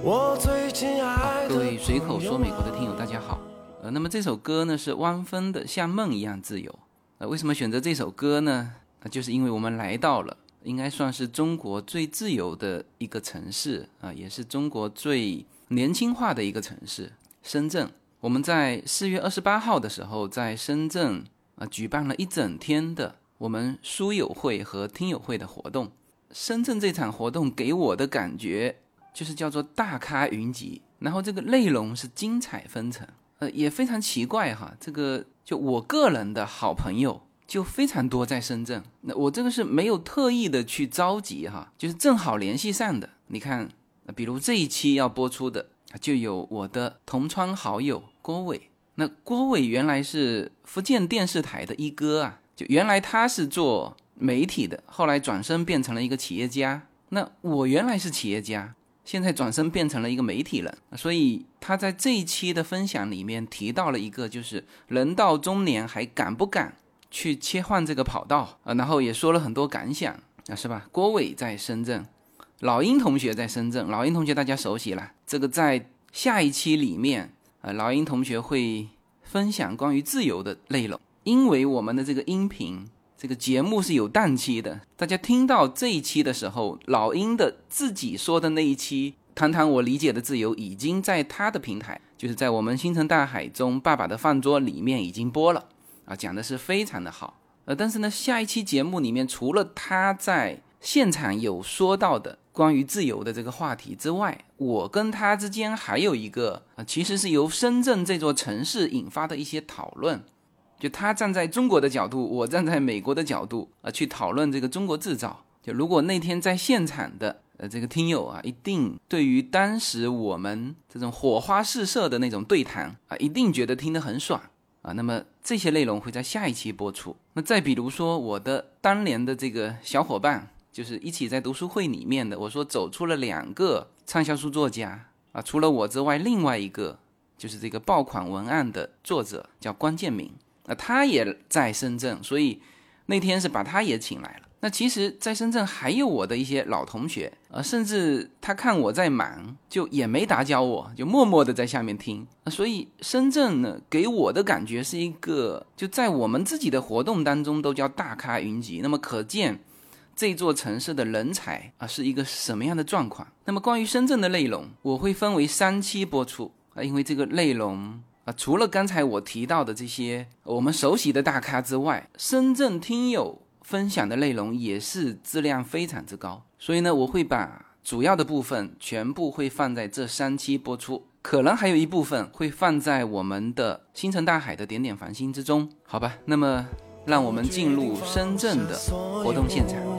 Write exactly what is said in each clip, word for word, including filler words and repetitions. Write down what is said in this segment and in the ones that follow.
我最亲爱的。 各位随口说美国的听友大家好。呃，那么这首歌呢是汪峰的《像梦一样自由》。呃，为什么选择这首歌呢？呃，就是因为我们来到了应该算是中国最自由的一个城市啊、呃，也是中国最年轻化的一个城市——深圳。我们在四月二十八号的时候，在深圳啊、呃、举办了一整天的我们书友会和听友会的活动。深圳这场活动给我的感觉就是叫做大咖云集，然后这个内容是精彩纷呈，呃，也非常奇怪哈。这个就我个人的好朋友就非常多在深圳，那我这个是没有特意的去召集哈，就是正好联系上的。你看，比如这一期要播出的，就有我的同窗好友郭伟。那郭伟原来是福建电视台的一哥啊，就原来他是做媒体的，后来转身变成了一个企业家。那我原来是企业家，现在转身变成了一个媒体人，所以他在这一期的分享里面提到了一个，就是人到中年还敢不敢去切换这个跑道啊，然后也说了很多感想啊，是吧？郭伟在深圳，老鹰同学在深圳，老鹰同学大家熟悉了，这个在下一期里面啊，老鹰同学会分享关于自由的内容。因为我们的这个音频这个节目是有档期的，大家听到这一期的时候，老鹰的自己说的那一期谈谈我理解的自由已经在他的平台，就是在我们星辰大海中爸爸的饭桌里面已经播了啊，讲的是非常的好。呃，但是呢，下一期节目里面除了他在现场有说到的关于自由的这个话题之外，我跟他之间还有一个、呃、其实是由深圳这座城市引发的一些讨论。就他站在中国的角度，我站在美国的角度啊，去讨论这个中国制造。就如果那天在现场的呃这个听友啊，一定对于当时我们这种火花四射的那种对谈啊，一定觉得听得很爽啊。那么这些内容会在下一期播出。那再比如说我的当年的这个小伙伴，就是一起在读书会里面的，我说走出了两个畅销书作家啊，除了我之外，另外一个就是这个爆款文案的作者叫关建明。那他也在深圳，所以那天是把他也请来了。那其实在深圳还有我的一些老同学、呃、甚至他看我在忙就也没打搅我，就默默的在下面听、呃、所以深圳呢给我的感觉是一个就在我们自己的活动当中都叫大咖云集，那么可见这座城市的人才啊是一个什么样的状况。那么关于深圳的内容我会分为三期播出、呃、因为这个内容啊，除了刚才我提到的这些我们熟悉的大咖之外，深圳听友分享的内容也是质量非常之高，所以呢，我会把主要的部分全部会放在这三期播出，可能还有一部分会放在我们的星辰大海的点点繁星之中，好吧？那么让我们进入深圳的活动现场，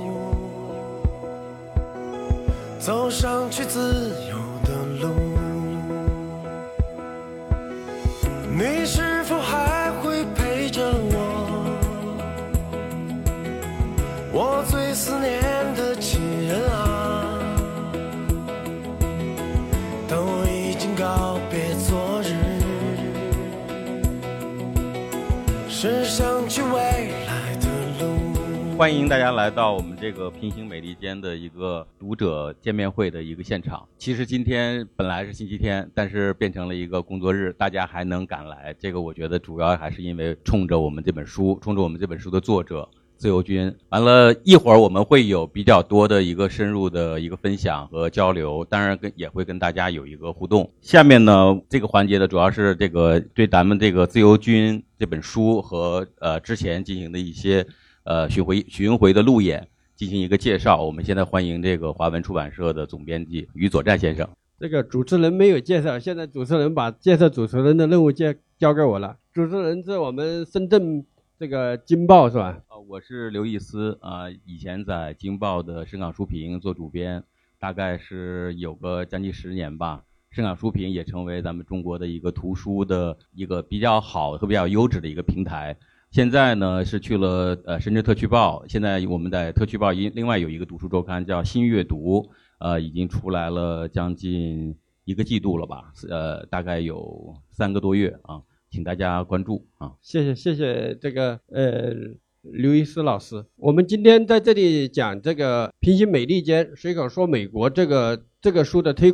走上去自由的路，你是否还会陪着我？我最思念的亲人啊，但我已经告别昨日，是想去未来的路。 欢迎大家来到我们这个平行美利坚的一个读者见面会的一个现场。其实今天本来是星期天，但是变成了一个工作日，大家还能赶来，这个我觉得主要还是因为冲着我们这本书，冲着我们这本书的作者自由军。完了一会儿我们会有比较多的一个深入的一个分享和交流，当然跟也会跟大家有一个互动。下面呢这个环节呢主要是这个对咱们这个自由军这本书和呃之前进行的一些呃巡回巡回的路演进行一个介绍。我们现在欢迎这个华文出版社的总编辑于佐占先生。 这个主持人没有介绍，现在主持人把介绍主持人的任务交交给我了。主持人是我们深圳这个京报是吧？ 呃，我是刘易思啊、呃，以前在京报的深港书评做主编，大概是有个将近十年吧。深港书评也成为咱们中国的一个图书的一个比较好和比较优质的一个平台。现在呢是去了呃深圳特区报，现在我们在特区报另外有一个读书周刊叫新阅读，呃已经出来了将近一个季度了吧，呃大概有三个多月啊，请大家关注啊。 谢谢谢谢这个呃刘易思老师。我们今天在这里讲这个平行美利坚随口说美国这个这个书的推广。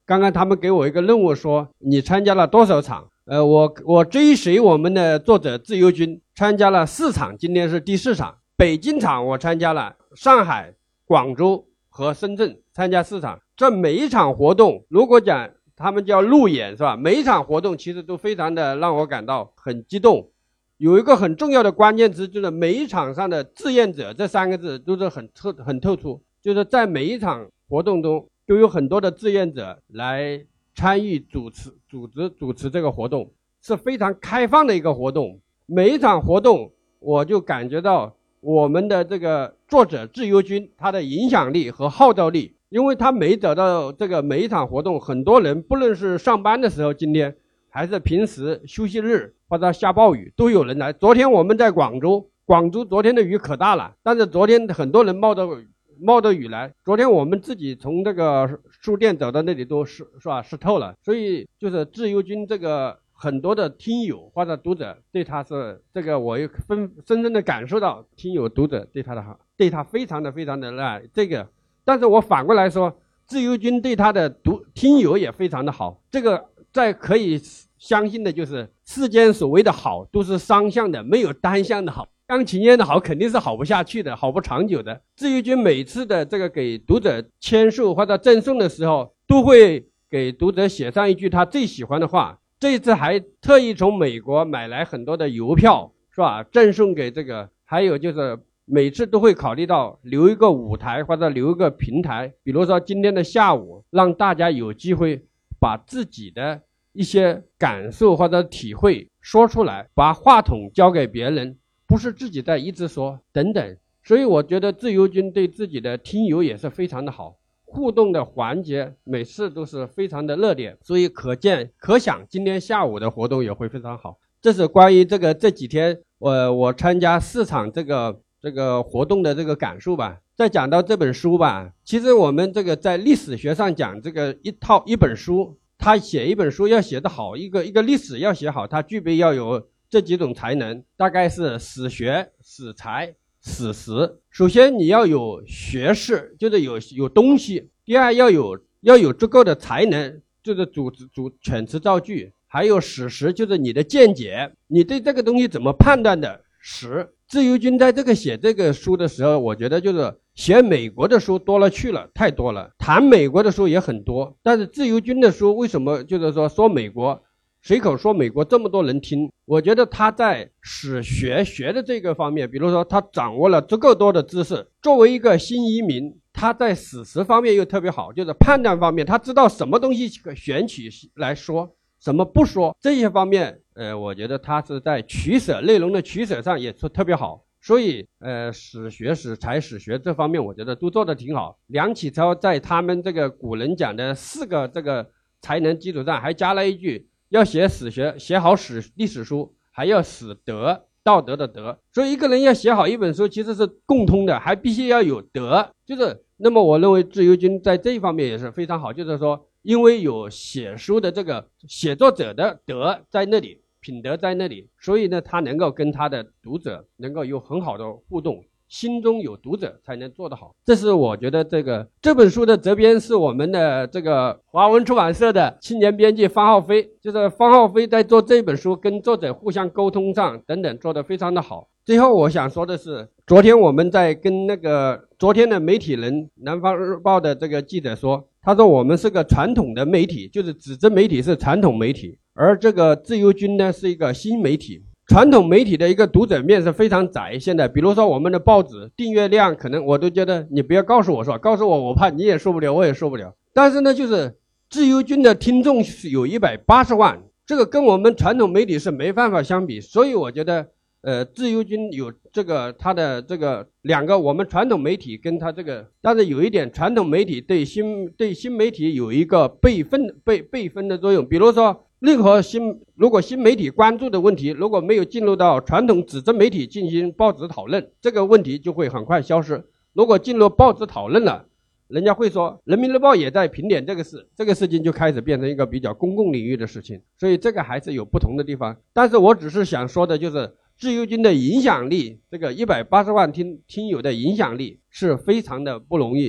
刚刚他们给我一个任务说你参加了多少场，呃，我我追随我们的作者自由军参加了四场，今天是第四场。北京场我参加了，上海、广州和深圳参加四场。这每一场活动，如果讲他们叫路演是吧？每一场活动其实都非常的让我感到很激动。有一个很重要的关键词，就是每一场上的志愿者这三个字都是很特很突出，就是在每一场活动中都有很多的志愿者来参与主持组织主持这个活动，是非常开放的一个活动。每一场活动我就感觉到我们的这个作者自由军他的影响力和号召力，因为他每走到这个每一场活动，很多人不论是上班的时候，今天还是平时休息日或者下暴雨都有人来。昨天我们在广州，广州昨天的雨可大了，但是昨天很多人冒着冒着雨来，昨天我们自己从这个书店走到那里都湿是吧湿透了。所以就是自由军这个很多的听友或者读者对他是这个，我又分深深的感受到听友读者对他的好，对他非常的非常的热爱这个。但是我反过来说，自由军对他的读听友也非常的好。这个在可以相信的就是世间所谓的好都是双向的，没有单向的好。钢琴乐的好肯定是好不下去的，好不长久的。自由军每次的这个给读者签售或者赠送的时候，都会给读者写上一句他最喜欢的话。这一次还特意从美国买来很多的邮票是吧，赠送给这个。还有就是每次都会考虑到留一个舞台或者留一个平台，比如说今天的下午让大家有机会把自己的一些感受或者体会说出来，把话筒交给别人，不是自己在一直说等等。所以我觉得自由军对自己的听友也是非常的好，互动的环节每次都是非常的热烈，所以可见可想今天下午的活动也会非常好。这是关于这个这几天我我参加四场这个这个活动的这个感受吧。再讲到这本书吧，其实我们这个在历史学上讲，这个一套一本书，他写一本书要写得好，一个一个历史要写好，他具备要有这几种才能，大概是史学、史才、史实。首先你要有学识，就是有有东西；第二要有要有足够的才能，就是组织组遣词造句；还有史实，就是你的见解，你对这个东西怎么判断的实。自由军在这个写这个书的时候，我觉得就是写美国的书多了去了，太多了，谈美国的书也很多，但是自由军的书为什么就是说说美国随口说美国这么多人听，我觉得他在史学学的这个方面，比如说他掌握了足够多的知识，作为一个新移民，他在史实方面又特别好，就是判断方面他知道什么东西选取来说，什么不说，这些方面呃，我觉得他是在取舍内容的取舍上也是特别好。所以呃，史学史才史学这方面我觉得都做得挺好。梁启超在他们这个古人讲的四个这个才能基础上还加了一句，要写史学，写好史历史书，还要史德，道德的德。所以一个人要写好一本书其实是共通的，还必须要有德。就是那么我认为自由军在这一方面也是非常好，就是说因为有写书的这个写作者的德在那里，品德在那里，所以呢他能够跟他的读者能够有很好的互动，心中有读者才能做得好。这是我觉得这个这本书的责编是我们的这个华文出版社的青年编辑方浩飞，就是方浩飞在做这本书跟作者互相沟通上等等做得非常的好。最后我想说的是，昨天我们在跟那个昨天的媒体人南方日报的这个记者说，他说我们是个传统的媒体，就是纸质媒体是传统媒体，而这个自由军呢是一个新媒体。传统媒体的一个读者面是非常窄，现在比如说我们的报纸订阅量可能我都觉得你不要告诉我说，告诉我我怕你也受不了我也受不了。但是呢就是自由军的听众是有一百八十万，这个跟我们传统媒体是没办法相比。所以我觉得呃，自由军有这个他的这个两个，我们传统媒体跟他这个，但是有一点传统媒体对新对新媒体有一个备分备备分的作用。比如说任何新如果新媒体关注的问题如果没有进入到传统纸质媒体进行报纸讨论，这个问题就会很快消失。如果进入报纸讨论了，人家会说人民日报也在评点这个事，这个事情就开始变成一个比较公共领域的事情。所以这个还是有不同的地方，但是我只是想说的就是自由军的影响力，这个一百八十万听听友的影响力是非常的不容易。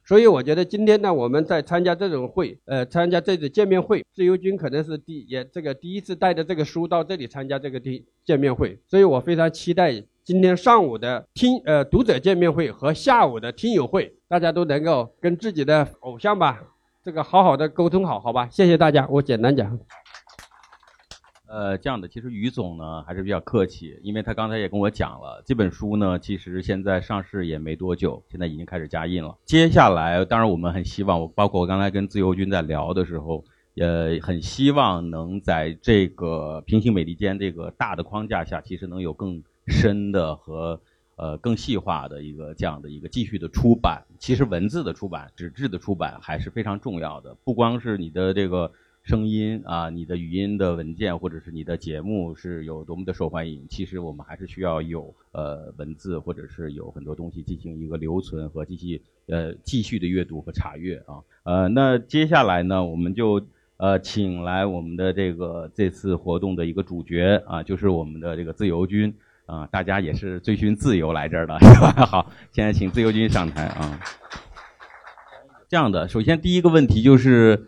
所以我觉得今天呢，我们在参加这种会，呃，参加这次见面会，自由军可能是第也这个第一次带着这个书到这里参加这个第见面会，所以我非常期待今天上午的听呃读者见面会和下午的听友会，大家都能够跟自己的偶像吧，这个好好的沟通好，好吧？谢谢大家，我简单讲。 呃，这样的，其实于总呢还是比较客气，因为他刚才也跟我讲了，这本书呢其实现在上市也没多久，现在已经开始加印了。接下来，当然我们很希望，包括我刚才跟自由军在聊的时候，呃，很希望能在这个平行美利坚这个大的框架下，其实能有更深的和呃更细化的一个这样的一个继续的出版。其实文字的出版、纸质的出版还是非常重要的，不光是你的这个声音啊，你的语音的文件或者是你的节目是有多么的受欢迎，其实我们还是需要有呃文字或者是有很多东西进行一个留存和继续呃继续的阅读和查阅啊。呃，那接下来呢，我们就呃请来我们的这个这次活动的一个主角啊，就是我们的这个自由军啊，大家也是追寻自由来这儿的，是吧？好，现在请自由军上台啊。这样的，首先第一个问题就是，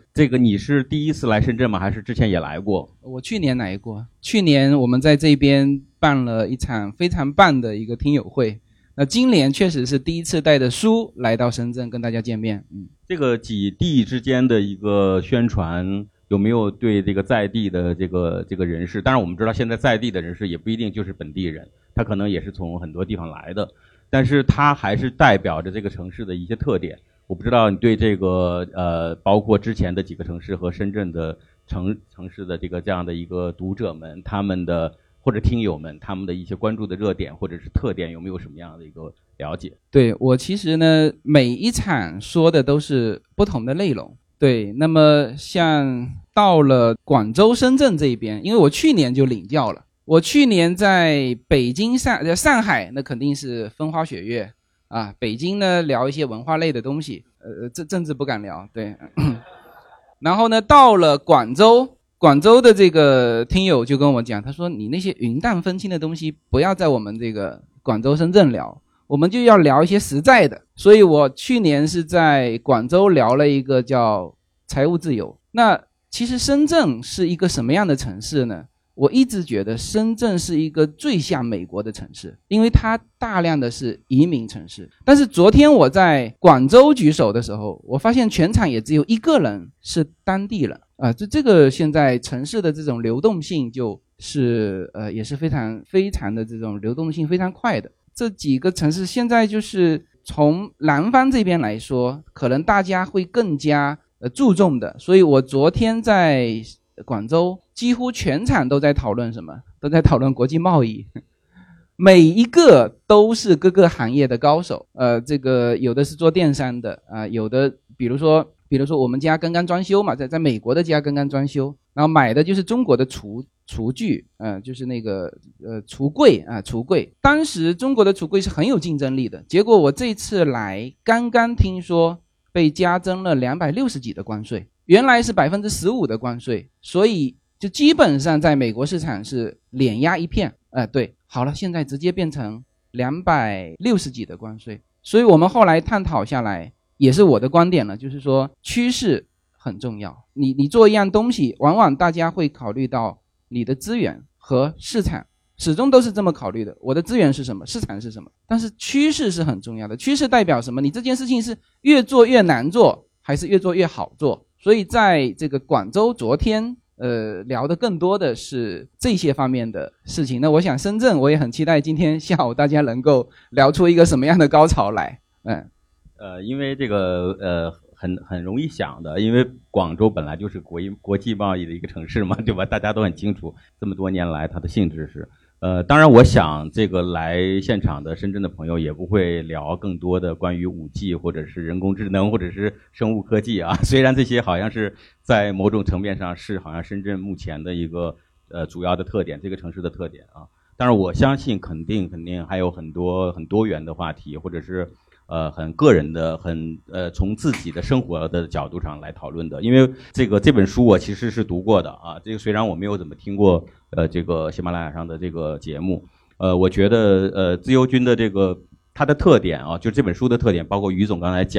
这个你是第一次来深圳吗？还是之前也来过？ 我去年来过，去年我们在这边办了一场非常棒的一个听友会。那今年确实是第一次带着书来到深圳跟大家见面。嗯， 这个几地之间的一个宣传，有没有对这个在地的这个这个人士？当然我们知道现在在地的人士也不一定就是本地人，他可能也是从很多地方来的，但是他还是代表着这个城市的一些特点。我不知道你对这个呃，包括之前的几个城市和深圳的城城市的这个这样的一个读者们，他们的或者听友们，他们的一些关注的热点或者是特点，有没有什么样的一个了解？ 对，我其实呢，每一场说的都是不同的内容。对，那么像到了广州、深圳这边，因为我去年就领教了，我去年在北京、上上海，那肯定是风花雪月。啊，北京呢聊一些文化类的东西，呃，政政治不敢聊，对。然后呢，到了广州，广州的这个听友就跟我讲，他说你那些云淡风轻的东西不要在我们这个广州、深圳聊，我们就要聊一些实在的。所以我去年是在广州聊了一个叫财务自由。那其实深圳是一个什么样的城市呢？我一直觉得深圳是一个最像美国的城市，因为它大量的是移民城市。但是昨天我在广州举手的时候，我发现全场也只有一个人是当地人啊，这这个现在城市的这种流动性就是呃也是非常非常的这种流动性非常快的。这几个城市现在就是从南方这边来说，可能大家会更加呃注重的。所以我昨天在广州几乎全场都在讨论什么？都在讨论国际贸易，每一个都是各个行业的高手。呃，这个有的是做电商的啊、呃，有的比如说，比如说我们家刚刚装修嘛，在在美国的家刚刚装修，然后买的就是中国的厨厨具，呃，就是那个呃橱柜啊，橱柜。当时中国的橱柜是很有竞争力的，结果我这次来刚刚听说被加征了两百六十几的关税。原来是 百分之十五 的关税，所以就基本上在美国市场是碾压一片。呃，对，好了，现在直接变成两百六十几的关税。所以我们后来探讨下来，也是我的观点了，就是说趋势很重要。你你做一样东西，往往大家会考虑到你的资源和市场，始终都是这么考虑的。我的资源是什么，市场是什么，但是趋势是很重要的。趋势代表什么？你这件事情是越做越难做，还是越做越好做？所以在这个广州昨天呃聊的更多的是这些方面的事情。那我想深圳我也很期待今天下午大家能够聊出一个什么样的高潮来。嗯， 呃，因为这个呃很很容易想的，因为广州本来就是国际国际贸易的一个城市嘛，对吧？大家都很清楚，这么多年来它的性质是。呃，当然，我想这个来现场的深圳的朋友也不会聊更多的关于 五 G 或者是人工智能或者是生物科技啊。虽然这些好像是在某种层面上是好像深圳目前的一个呃主要的特点，这个城市的特点啊。但是我相信肯定肯定还有很多很多元的话题，或者是呃很个人的很呃从自己的生活的角度上来讨论的。因为这个这本书我其实是读过的啊，这个虽然我没有怎么听过呃这个喜马拉雅上的这个节目，呃我觉得呃自由军的这个它的特点啊，就这本书的特点，包括于总刚才讲，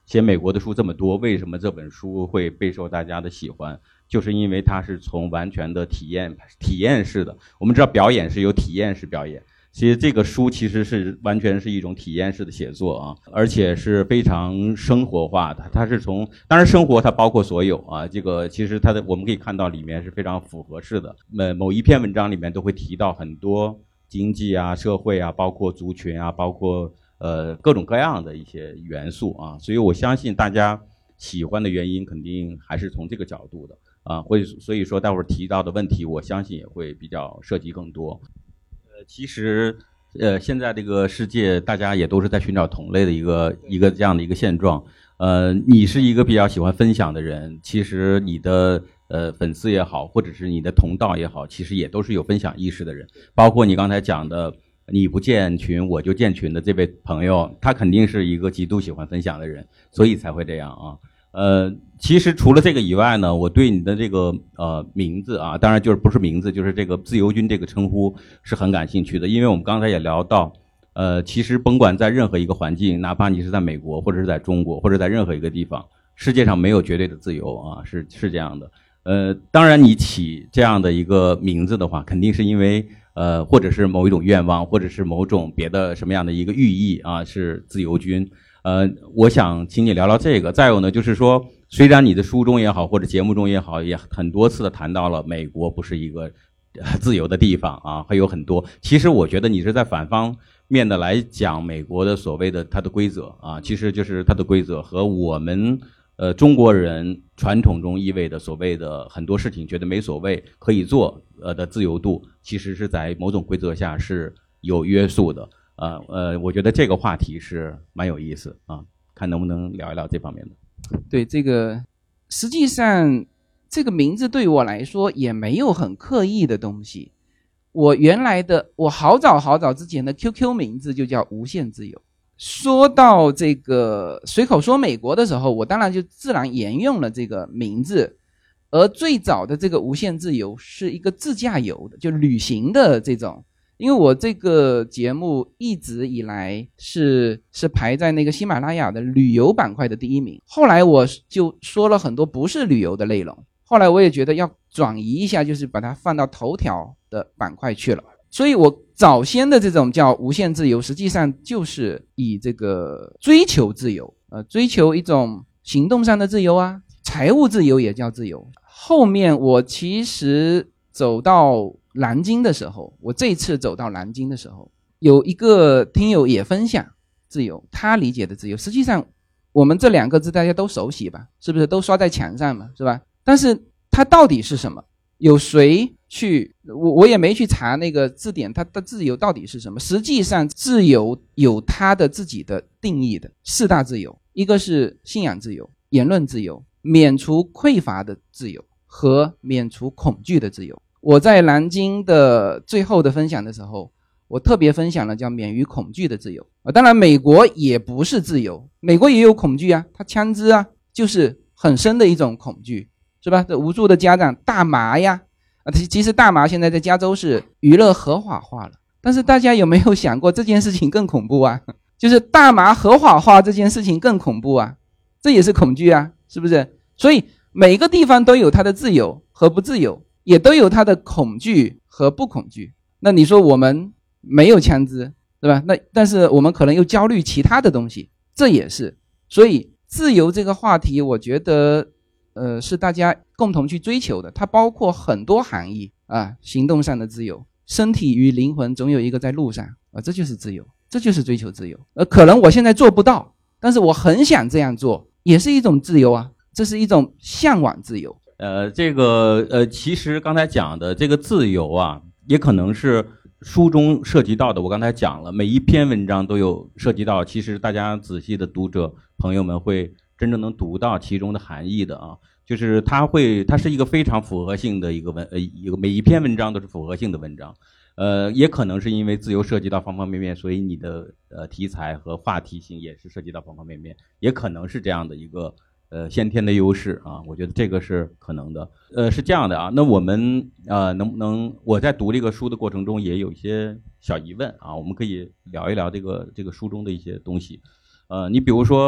写美国的书这么多，为什么这本书会备受大家的喜欢？就是因为它是从完全的体验体验式的。我们知道表演是有体验式表演，其实这个书其实是完全是一种体验式的写作啊，而且是非常生活化的。它是从当然生活它包括所有啊，这个其实它的我们可以看到里面是非常复合式的。呃，某一篇文章里面都会提到很多经济啊、社会啊，包括族群啊，包括呃各种各样的一些元素啊，所以我相信大家喜欢的原因肯定还是从这个角度的。啊，会所以说待会儿提到的问题，我相信也会比较涉及更多。呃，其实呃，现在这个世界大家也都是在寻找同类的一个一个这样的一个现状。呃，你是一个比较喜欢分享的人，其实你的呃粉丝也好，或者是你的同道也好，其实也都是有分享意识的人。包括你刚才讲的，你不建群我就建群的这位朋友，他肯定是一个极度喜欢分享的人，所以才会这样啊。呃，其实除了这个以外呢，我对你的这个呃名字啊，当然就是不是名字，就是这个自由军这个称呼是很感兴趣的，因为我们刚才也聊到，呃，其实甭管在任何一个环境，哪怕你是在美国或者是在中国或者在任何一个地方，世界上没有绝对的自由啊，是是这样的。呃，当然你起这样的一个名字的话，肯定是因为呃，或者是某一种愿望，或者是某种别的什么样的一个寓意啊，是自由军。呃，我想请你聊聊这个。再有呢，就是说，虽然你的书中也好，或者节目中也好，也很多次的谈到了美国不是一个自由的地方啊，还有很多。其实我觉得你是在反方面的来讲美国的所谓的它的规则啊，其实就是它的规则和我们呃中国人传统中意味的所谓的很多事情觉得没所谓可以做呃的自由度，其实是在某种规则下是有约束的。呃呃，我觉得这个话题是蛮有意思啊，看能不能聊一聊这方面的。 对，这个实际上这个名字对于我来说也没有很刻意的东西。我原来的我好早好早之前的 Q Q 名字就叫无限自由。说到这个随口说美国的时候，我当然就自然沿用了这个名字。而最早的这个无限自由是一个自驾游的，就旅行的这种。因为我这个节目一直以来是是排在那个喜马拉雅的旅游板块的第一名，后来我就说了很多不是旅游的内容，后来我也觉得要转移一下，就是把它放到头条的板块去了。所以我早先的这种叫无限自由，实际上就是以这个追求自由，呃，追求一种行动上的自由啊，财务自由也叫自由。后面我其实走到南京的时候，我这次走到南京的时候，有一个听友也分享自由，他理解的自由，实际上我们这两个字大家都熟悉吧，是不是都刷在墙上嘛，是吧？但是它到底是什么？有谁去我我也没去查那个字典，它的自由到底是什么？实际上自由有它的自己的定义的，四大自由，一个是信仰自由、言论自由、免除匮乏的自由和免除恐惧的自由。我在南京的最后的分享的时候，我特别分享了叫免于恐惧的自由。当然美国也不是自由，美国也有恐惧啊，它枪支啊就是很深的一种恐惧，是吧？这无数的家长大麻呀，其实大麻现在在加州是娱乐合法化了，但是大家有没有想过这件事情更恐怖啊？就是大麻合法化这件事情更恐怖啊，这也是恐惧啊，是不是？所以每个地方都有它的自由和不自由，也都有它的恐惧和不恐惧。那你说我们没有枪支，对吧？那但是我们可能又焦虑其他的东西，这也是。所以自由这个话题，我觉得呃是大家共同去追求的，它包括很多含义啊，行动上的自由，身体与灵魂总有一个在路上啊，这就是自由，这就是追求自由。呃，可能我现在做不到，但是我很想这样做，也是一种自由啊，这是一种向往自由。 呃，这个呃，其实刚才讲的这个自由啊，也可能是书中涉及到的。我刚才讲了，每一篇文章都有涉及到，其实大家仔细的读者朋友们会真正能读到其中的含义的啊。就是它会，它是一个非常复合性的一个文，呃，一个每一篇文章都是复合性的文章。呃，也可能是因为自由涉及到方方面面，所以你的呃题材和话题性也是涉及到方方面面，也可能是这样的一个。呃，先天的优势啊，我觉得这个是可能的。呃，是这样的啊，那我们呃能不能，我在读这个书的过程中也有一些小疑问啊，我们可以聊一聊这个这个书中的一些东西。呃，你比如说，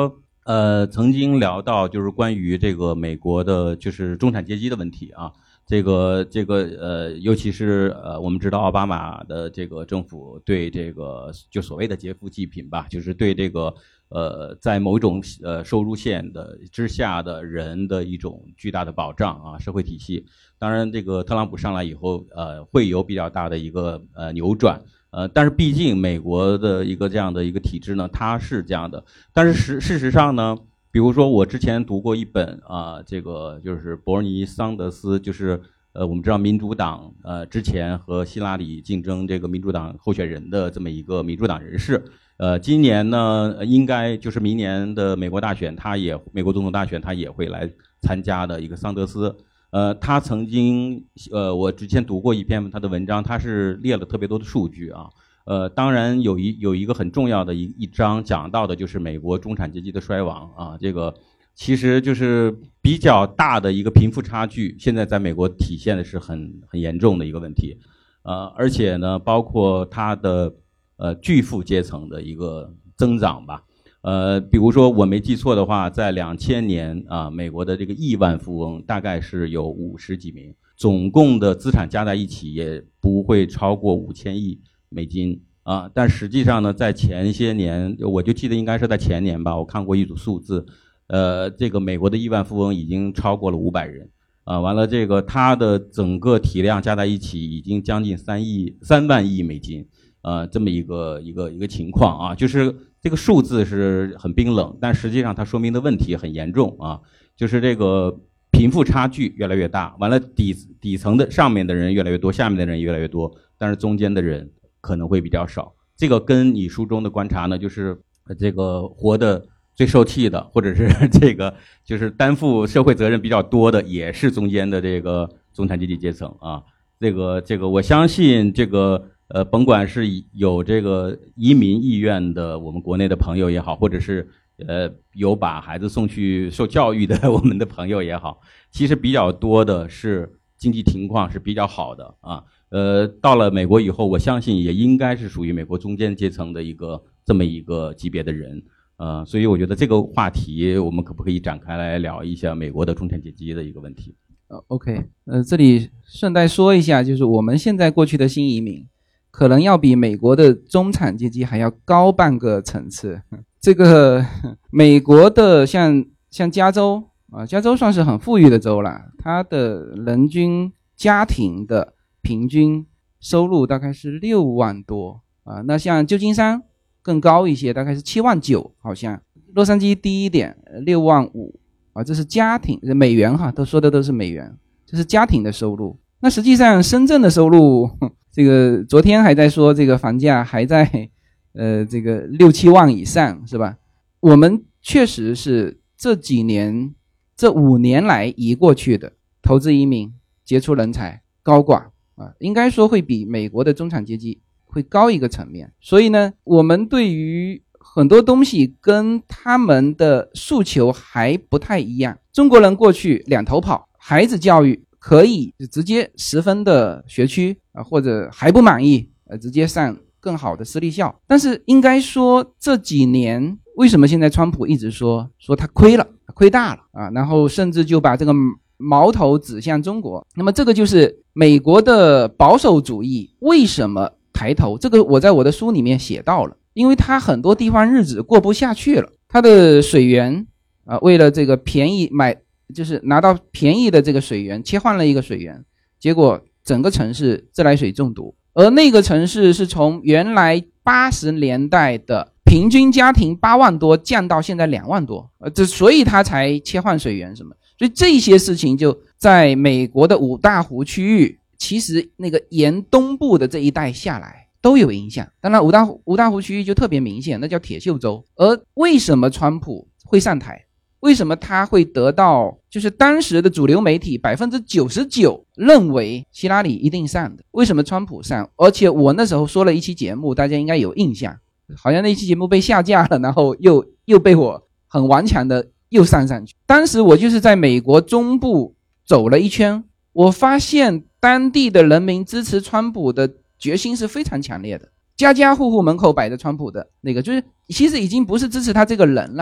呃，曾经聊到就是关于这个美国的，就是中产阶级的问题啊。这个这个呃，尤其是呃，我们知道奥巴马的这个政府对这个就所谓的劫富济贫吧，就是对这个呃在某种呃收入线的之下的人的一种巨大的保障啊，社会体系。当然，这个特朗普上来以后，呃，会有比较大的一个呃扭转。呃，但是毕竟美国的一个这样的一个体制呢，它是这样的。但是实事实上呢，比如说我之前读过一本啊、呃，这个就是伯尼桑德斯，就是呃，我们知道民主党呃之前和希拉里竞争这个民主党候选人的这么一个民主党人士。呃，今年呢，应该就是明年的美国大选，他也美国总统大选，他也会来参加的一个桑德斯。呃，他曾经，呃，我之前读过一篇他的文章，他是列了特别多的数据啊。呃，当然有一有一个很重要的一一章讲到的就是美国中产阶级的衰亡啊。这个其实就是比较大的一个贫富差距，现在在美国体现的是很很严重的一个问题。呃，而且呢，包括他的呃巨富阶层的一个增长吧。呃，比如说我没记错的话，在两千年啊，美国的这个亿万富翁大概是有五十几名，总共的资产加在一起也不会超过五千亿美金啊。但实际上呢，在前些年，我就记得应该是在前年吧，我看过一组数字，呃，这个美国的亿万富翁已经超过了五百人啊。完了，这个它的整个体量加在一起已经将近三亿三万亿美金。呃，这么一个一个一个情况啊，就是这个数字是很冰冷，但实际上它说明的问题很严重啊，就是这个贫富差距越来越大，完了底底层的上面的人越来越多，下面的人越来越多，但是中间的人可能会比较少。这个跟你书中的观察呢，就是这个活得最受气的，或者是这个就是担负社会责任比较多的，也是中间的这个中产阶级阶层啊。这个这个，我相信这个。呃，甭管是有这个移民意愿的我们国内的朋友也好，或者是呃有把孩子送去受教育的我们的朋友也好，其实比较多的是经济情况是比较好的啊。呃，到了美国以后，我相信也应该是属于美国中间阶层的一个这么一个级别的人。呃，所以我觉得这个话题我们可不可以展开来聊一下美国的中产阶级的一个问题？ 呃 OK， 呃，这里顺带说一下，就是我们现在过去的新移民。可能要比美国的中产阶级还要高半个层次。这个美国的像像加州啊，加州算是很富裕的州了，它的人均家庭的平均收入大概是六万多啊。那像旧金山更高一些，大概是七万九，好像洛杉矶低一点，六万五啊。这是家庭美元哈，都说的都是美元，这是家庭的收入。那实际上深圳的收入，这个昨天还在说这个房价还在呃这个六七万以上，是吧？我们确实是这几年这五年来移过去的投资移民、杰出人才、高管啊，应该说会比美国的中产阶级会高一个层面。所以呢，我们对于很多东西跟他们的诉求还不太一样。中国人过去两头跑，孩子教育可以直接十分的学区啊，或者还不满意呃，直接上更好的私立校。但是应该说这几年为什么现在川普一直说说他亏了，亏大了啊，然后甚至就把这个矛头指向中国。那么这个就是美国的保守主义为什么抬头，这个我在我的书里面写到了，因为他很多地方日子过不下去了，他的水源啊，为了这个便宜买。就是拿到便宜的这个水源，切换了一个水源，结果整个城市自来水中毒。而那个城市是从原来八十年代的平均家庭八万多降到现在两万多，呃，这所以他才切换水源什么。所以这些事情就在美国的五大湖区域，其实那个沿东部的这一带下来都有影响。当然五大湖五大湖区域就特别明显，那叫铁锈州。而为什么川普会上台？为什么他会得到，就是当时的主流媒体 百分之九十九 认为希拉里一定上的，为什么川普上？而且我那时候说了一期节目，大家应该有印象，好像那期节目被下架了，然后又又被我很顽强的又上上去。当时我就是在美国中部走了一圈，我发现当地的人民支持川普的决心是非常强烈的，家家户户门口摆着川普的那个，就是其实已经不是支持他这个人了，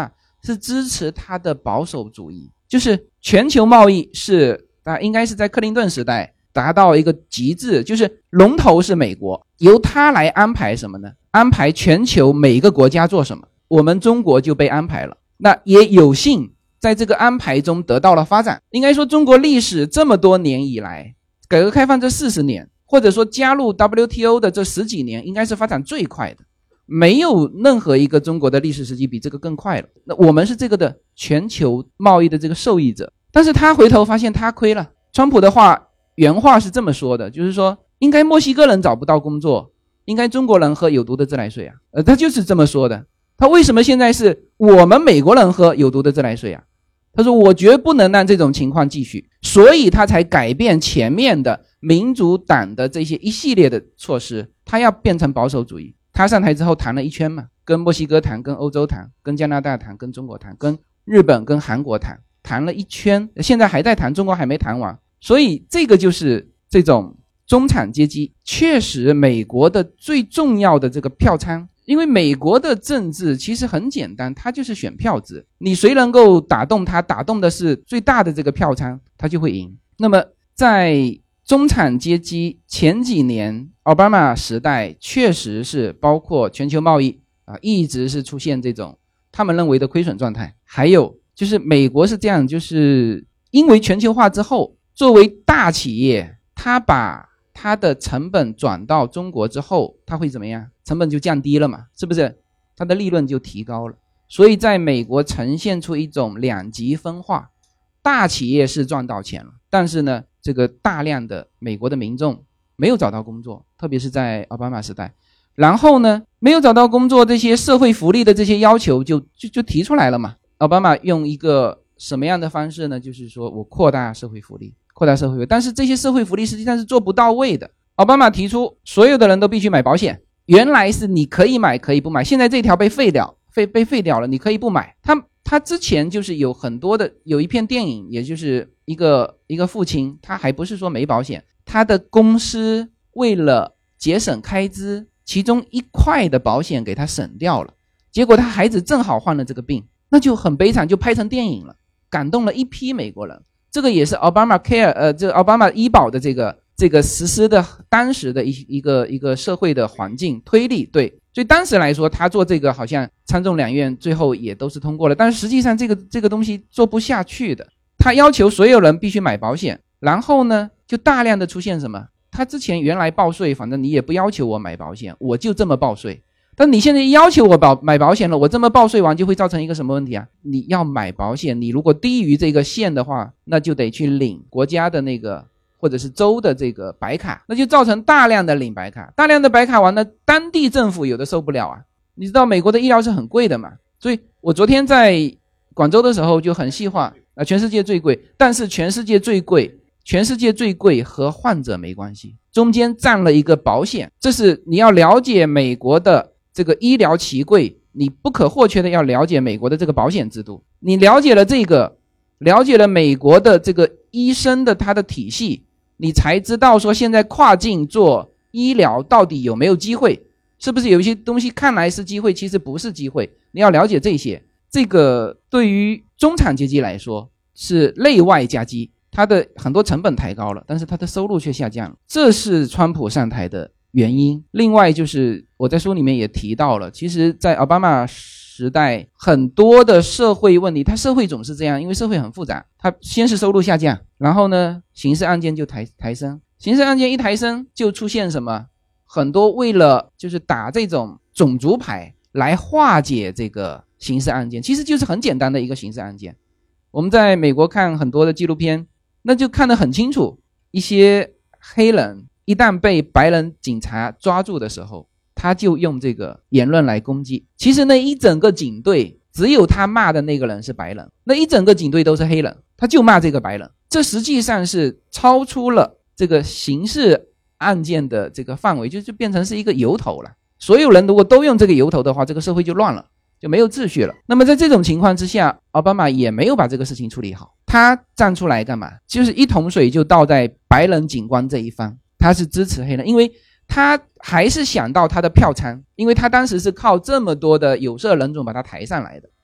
是支持他的保守主义，就是全球贸易是啊，应该是在克林顿时代达到一个极致，就是龙头是美国，由他来安排什么呢？安排全球每一个国家做什么，我们中国就被安排了，那也有幸在这个安排中得到了发展。应该说中国历史这么多年以来，改革开放这四十年，或者说加入 W T O 的这十几年，应该是发展最快的，没有任何一个中国的历史时期比这个更快了。那我们是这个的全球贸易的这个受益者，但是他回头发现他亏了。川普的话原话是这么说的，就是说应该墨西哥人找不到工作，应该中国人喝有毒的自来水啊，呃，他就是这么说的。他为什么现在是我们美国人喝有毒的自来水啊？他说我绝不能让这种情况继续，所以他才改变前面的民主党的这些一系列的措施，他要变成保守主义。他上台之后谈了一圈嘛，跟墨西哥谈，跟欧洲谈，跟加拿大谈，跟中国谈，跟日本跟韩国谈，谈了一圈，现在还在谈，中国还没谈完。所以这个就是这种中产阶级确实美国的最重要的这个票仓。因为美国的政治其实很简单，它就是选票制，你谁能够打动它，打动的是最大的这个票仓，它就会赢。那么在中产阶级前几年奥巴马时代确实是包括全球贸易啊，一直是出现这种他们认为的亏损状态。还有就是美国是这样，就是因为全球化之后，作为大企业，它把它的成本转到中国之后，它会怎么样？成本就降低了嘛，是不是？它的利润就提高了。所以在美国呈现出一种两极分化，大企业是赚到钱了，但是呢，这个大量的美国的民众没有找到工作，特别是在奥巴马时代。然后呢，没有找到工作，这些社会福利的这些要求就就就提出来了嘛。奥巴马用一个什么样的方式呢？就是说我扩大社会福利，扩大社会福利，但是这些社会福利实际上是做不到位的。奥巴马提出所有的人都必须买保险，原来是你可以买可以不买，现在这条被废掉，废被废掉了，你可以不买。他他之前就是有很多的，有一片电影，也就是一个一个父亲，他还不是说没保险，他的公司为了节省开支，其中一块的保险给他省掉了，结果他孩子正好患了这个病，那就很悲惨，就拍成电影了，感动了一批美国人。这个也是奥巴马 Care 呃，这奥巴马医保的这个这个实施的当时的一一个一个社会的环境推力。对，所以当时来说他做这个好像参众两院最后也都是通过了，但是实际上这个这个东西做不下去的。他要求所有人必须买保险，然后呢就大量的出现什么，他之前原来报税，反正你也不要求我买保险，我就这么报税，但你现在要求我保买保险了，我这么报税完就会造成一个什么问题啊？你要买保险，你如果低于这个线的话，那就得去领国家的那个或者是州的这个白卡，那就造成大量的领白卡，大量的白卡完了，当地政府有的受不了啊。你知道美国的医疗是很贵的嘛，所以我昨天在广州的时候就很细化啊，全世界最贵，但是全世界最贵，全世界最贵和患者没关系，中间占了一个保险，这是你要了解美国的这个医疗奇贵，你不可或缺的要了解美国的这个保险制度。你了解了这个，了解了美国的这个医生的他的体系，你才知道说现在跨境做医疗到底有没有机会，是不是有一些东西看来是机会，其实不是机会，你要了解这些。这个对于中产阶级来说是内外夹击，他的很多成本抬高了，但是他的收入却下降了，这是川普上台的原因。另外就是我在书里面也提到了，其实在奥巴马时代很多的社会问题，它社会总是这样，因为社会很复杂，它先是收入下降，然后呢刑事案件就抬抬升，刑事案件一抬升就出现什么，很多为了就是打这种种族牌来化解这个刑事案件，其实就是很简单的一个刑事案件。我们在美国看很多的纪录片，那就看得很清楚，一些黑人一旦被白人警察抓住的时候，他就用这个言论来攻击。其实那一整个警队只有他骂的那个人是白人，那一整个警队都是黑人，他就骂这个白人。这实际上是超出了这个刑事案件的这个范围，就就变成是一个由头了。所有人如果都用这个由头的话，这个社会就乱了，就没有秩序了。那么在这种情况之下，奥巴马也没有把这个事情处理好，他站出来干嘛？就是一桶水就倒在白人警官这一方，他是支持黑人，因为他还是想到他的票仓，因为他当时是靠这么多的有色人种把他抬上来的，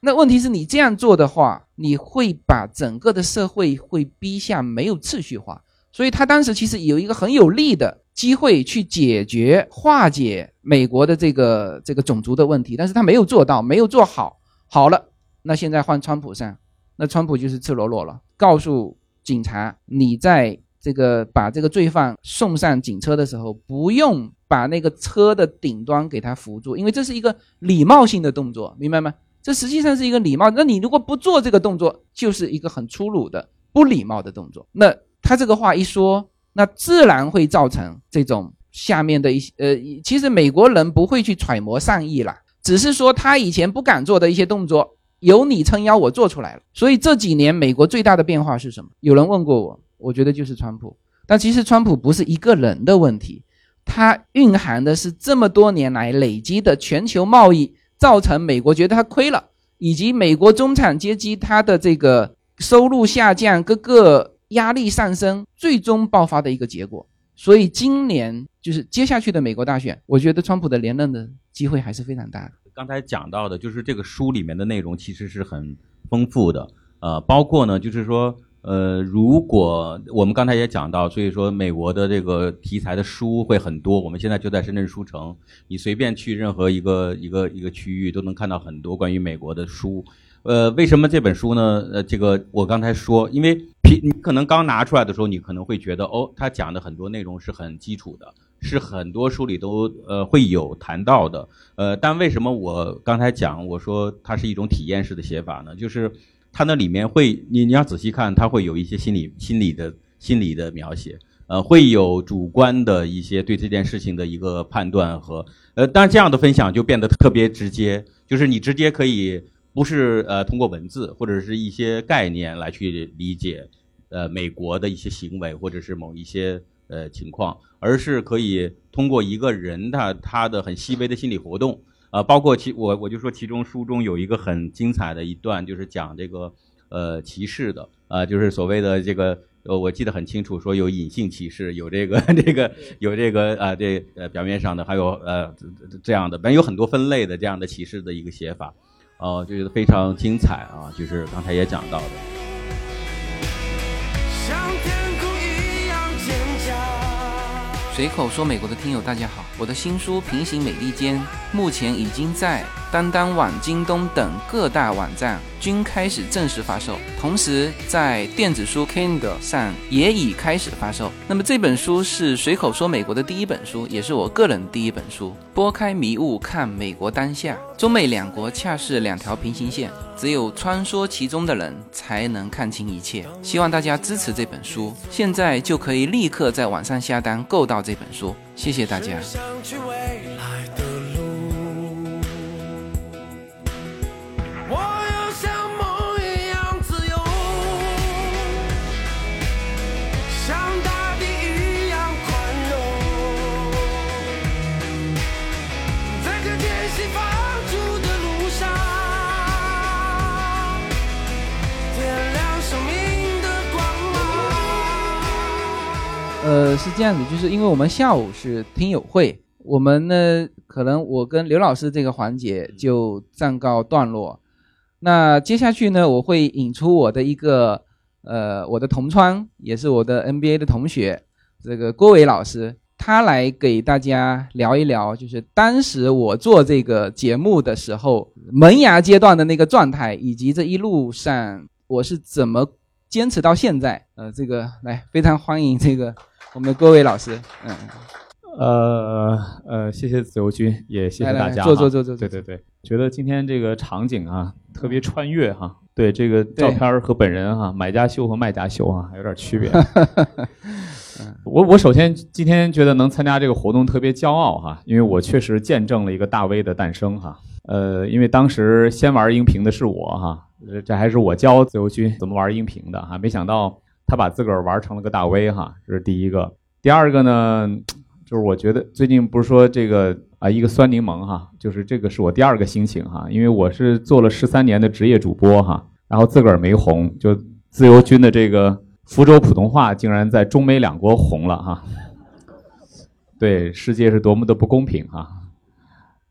那问题是你这样做的话，你会把整个的社会会逼向没有秩序化。所以他当时其实有一个很有利的机会去解决化解美国的这个这个种族的问题，但是他没有做到，没有做好。好了，那现在换川普上，那川普就是赤裸裸了，告诉警察，你在这个把这个罪犯送上警车的时候，不用把那个车的顶端给他扶住，因为这是一个礼貌性的动作，明白吗？这实际上是一个礼貌，那你如果不做这个动作，就是一个很粗鲁的不礼貌的动作。那他这个话一说，那自然会造成这种下面的一些呃，其实美国人不会去揣摩上意啦，只是说他以前不敢做的一些动作，有你撑腰我做出来了。所以这几年美国最大的变化是什么？有人问过我，我觉得就是川普。但其实川普不是一个人的问题，它蕴含的是这么多年来累积的全球贸易，造成美国觉得他亏了，以及美国中产阶级他的这个收入下降，各个压力上升，最终爆发的一个结果。所以今年就是接下去的美国大选，我觉得川普的连任的机会还是非常大的。 刚才讲到的就是这个书里面的内容其实是很丰富的，呃，包括呢就是说呃，如果我们刚才也讲到，所以说美国的这个题材的书会很多，我们现在就在深圳书城，你随便去任何一个一个一个区域都能看到很多关于美国的书。呃，为什么这本书呢？呃，这个我刚才说，因为你可能刚拿出来的时候，你可能会觉得，哦，他讲的很多内容是很基础的，是很多书里都呃会有谈到的。呃，但为什么我刚才讲，我说它是一种体验式的写法呢？就是它那里面会，你你要仔细看，它会有一些心理心理的心理的描写，呃，会有主观的一些对这件事情的一个判断和，呃，当然这样的分享就变得特别直接，就是你直接可以。不是呃通过文字或者是一些概念来去理解呃美国的一些行为或者是某一些呃情况，而是可以通过一个人他他的很细微的心理活动，呃包括其我我就说其中书中有一个很精彩的一段，就是讲这个呃歧视的，呃就是所谓的这个呃我记得很清楚，说有隐性歧视，有这个这个有这个啊、呃、这呃表面上的，还有呃这样的，反正有很多分类的这样的歧视的一个写法。哦，就觉得非常精彩啊！就是刚才也讲到的， 像天空一样坚强。 随口说美国的听友大家好，我的新书《平行美利坚》目前已经在当当网、京东等各大网站均开始正式发售，同时在电子书 Kindle 上也已开始发售。那么这本书是随口说美国的第一本书，也是我个人第一本书。拨开迷雾看美国当下，中美两国恰是两条平行线，只有穿梭其中的人才能看清一切。希望大家支持这本书，现在就可以立刻在网上下单购到这本书，谢谢大家。 想去未来的路，我要像梦一样自由，像大地一样宽容，在这艰辛放逐的路上，点亮生命的光芒。 呃，是这样子，就是因为我们下午是听友会，我们呢可能我跟刘老师这个环节就暂告段落。那接下去呢，我会引出我的一个呃我的同窗，也是我的 N B A 的同学，这个郭伟老师，他来给大家聊一聊，就是当时我做这个节目的时候萌芽阶段的那个状态，以及这一路上我是怎么坚持到现在。呃，这个来非常欢迎这个我们的郭伟老师。嗯。 呃呃，谢谢自由军，也谢谢大家。 坐坐坐坐。 对对对，觉得今天这个场景啊，特别穿越哈。对，这个照片和本人哈，买家秀和卖家秀啊，还有点区别。我我首先今天觉得能参加这个活动特别骄傲哈，因为我确实见证了一个大 V 的诞生哈。呃，因为当时先玩音频的是我哈，这还是我教自由军怎么玩音频的哈，没想到他把自个儿玩成了个大 V 哈，这是第一个。第二个呢，就是我觉得最近不是说这个啊一个酸柠檬哈，就是这个是我第二个心情哈，因为我是做了十三年的职业主播哈，然后自个儿没红，就自由军的这个福州普通话竟然在中美两国红了哈，对，世界是多么的不公平哈。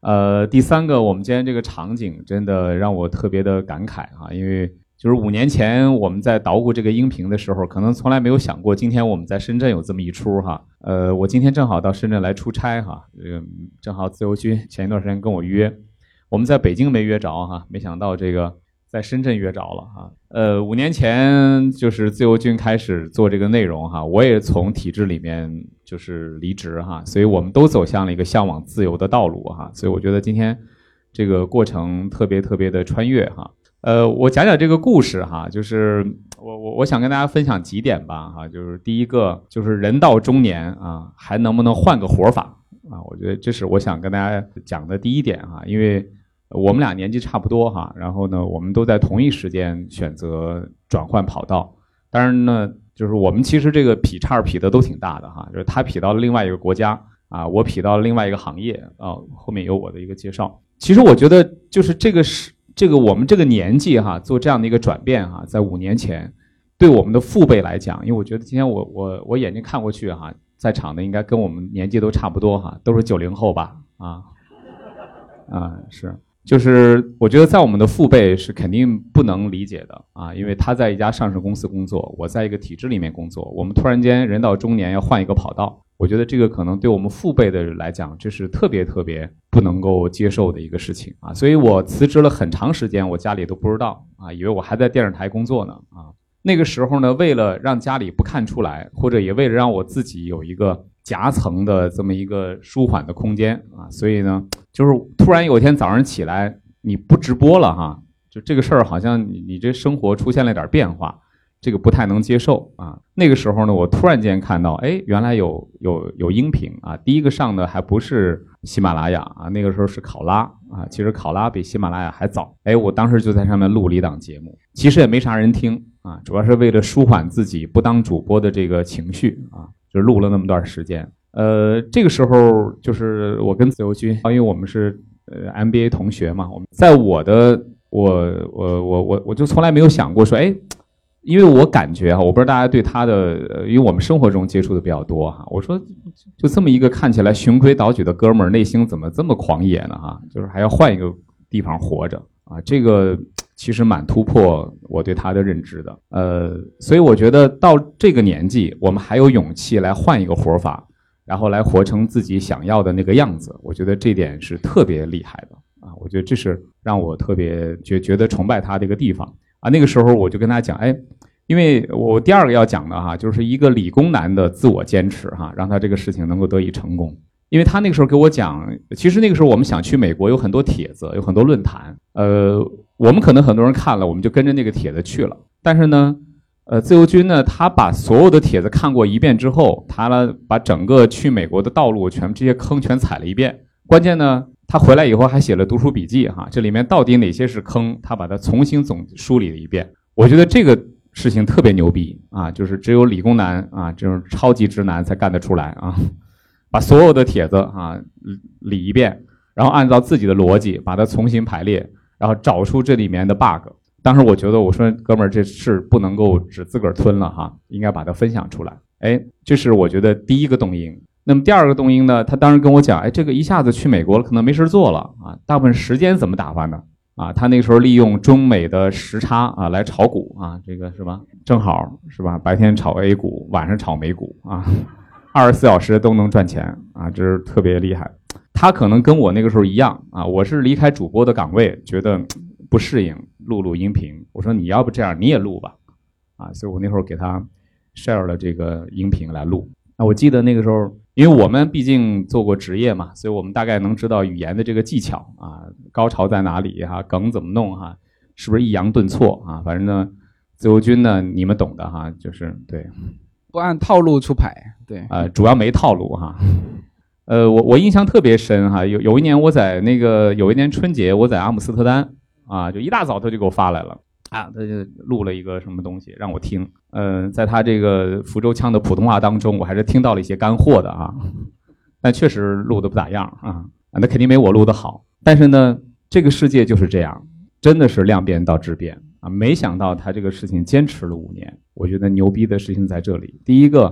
呃，第三个，我们今天这个场景真的让我特别的感慨啊，因为就是五年前我们在捣鼓这个音频的时候，可能从来没有想过今天我们在深圳有这么一出哈。呃，我今天正好到深圳来出差哈，这个正好自由军前一段时间跟我约，我们在北京没约着哈，没想到这个在深圳约着了哈。呃，五年前就是自由军开始做这个内容哈，我也从体制里面就是离职哈，所以我们都走向了一个向往自由的道路哈，所以我觉得今天这个过程特别特别的穿越哈。呃，我讲讲这个故事哈，就是我我我想跟大家分享几点吧哈，就是第一个就是人到中年啊，还能不能换个活法啊？我觉得这是我想跟大家讲的第一点哈，因为我们俩年纪差不多哈，然后呢，我们都在同一时间选择转换跑道，当然呢，就是我们其实这个劈叉劈的都挺大的哈，就是他劈到了另外一个国家啊，我劈到了另外一个行业啊，后面有我的一个介绍。其实我觉得就是这个是。这个我们这个年纪哈，做这样的一个转变哈，在五年前，对我们的父辈来讲，因为我觉得今天我我我眼睛看过去哈，在场的应该跟我们年纪都差不多哈，都是九零后吧啊啊是，就是我觉得在我们的父辈是肯定不能理解的啊，因为他在一家上市公司工作，我在一个体制里面工作，我们突然间人到中年要换一个跑道。我觉得这个可能对我们父辈的人来讲，这是特别特别不能够接受的一个事情啊，所以我辞职了很长时间，我家里都不知道啊，以为我还在电视台工作呢啊。那个时候呢，为了让家里不看出来，或者也为了让我自己有一个夹层的这么一个舒缓的空间啊，所以呢，就是突然有一天早上起来你不直播了哈，就这个事儿好像你你这生活出现了点变化。这个不太能接受啊。那个时候呢，我突然间看到，哎，原来有有有音频啊。第一个上的还不是喜马拉雅啊，那个时候是考拉啊。其实考拉比喜马拉雅还早。哎，我当时就在上面录了一档节目，其实也没啥人听啊，主要是为了舒缓自己不当主播的这个情绪啊，就录了那么段时间。呃，这个时候就是我跟自由军，因为我们是呃 M B A 同学嘛，我们在我的我我我我我就从来没有想过说，哎。因为我感觉哈，我不知道大家对他的，因为我们生活中接触的比较多哈。我说，就这么一个看起来循规蹈矩的哥们儿，内心怎么这么狂野呢？哈，就是还要换一个地方活着啊，这个其实蛮突破我对他的认知的。呃，所以我觉得到这个年纪，我们还有勇气来换一个活法，然后来活成自己想要的那个样子，我觉得这点是特别厉害的啊。我觉得这是让我特别觉觉得崇拜他的一个地方。啊，那个时候我就跟他讲，哎，因为我第二个要讲的哈，就是一个理工男的自我坚持哈，让他这个事情能够得以成功。因为他那个时候给我讲，其实那个时候我们想去美国，有很多帖子，有很多论坛，呃，我们可能很多人看了，我们就跟着那个帖子去了。但是呢，呃，自由军呢，他把所有的帖子看过一遍之后，他呢把整个去美国的道路全这些坑全踩了一遍。关键呢。他回来以后还写了读书笔记哈，这里面到底哪些是坑，他把它重新总梳理了一遍。我觉得这个事情特别牛逼啊，就是只有理工男啊，这种超级直男才干得出来啊，把所有的帖子啊理一遍，然后按照自己的逻辑把它重新排列，然后找出这里面的 bug。当时我觉得我说哥们儿，这事不能够只自个儿吞了哈，应该把它分享出来。哎，这是我觉得第一个动因。那么第二个动因呢，他当时跟我讲，哎，这个一下子去美国了，可能没事做了啊，大部分时间怎么打发呢？啊，他那个时候利用中美的时差啊来炒股啊，这个是吧？正好是吧？白天炒 A 股，晚上炒美股啊，二十四小时都能赚钱啊，这是特别厉害。他可能跟我那个时候一样啊，我是离开主播的岗位，觉得不适应，录录音频。我说你要不这样，你也录吧，啊，所以我那会儿给他 share 了这个音频来录。啊，我记得那个时候。因为我们毕竟做过职业嘛，所以我们大概能知道语言的这个技巧啊，高潮在哪里哈，梗怎么弄哈，是不是抑扬顿挫啊？反正呢，自由军呢，你们懂的哈，就是对， 不按套路出牌，对， 呃，主要没套路哈。呃，我我印象特别深哈，有有一年我在那个有一年春节我在阿姆斯特丹啊，就一大早他就给我发来了。啊，他就录了一个什么东西让我听，嗯、呃，在他这个福州腔的普通话当中，我还是听到了一些干货的啊，但确实录的不咋样啊，那肯定没我录的好。但是呢，这个世界就是这样，真的是量变到质变啊！没想到他这个事情坚持了五年，我觉得牛逼的事情在这里。第一个，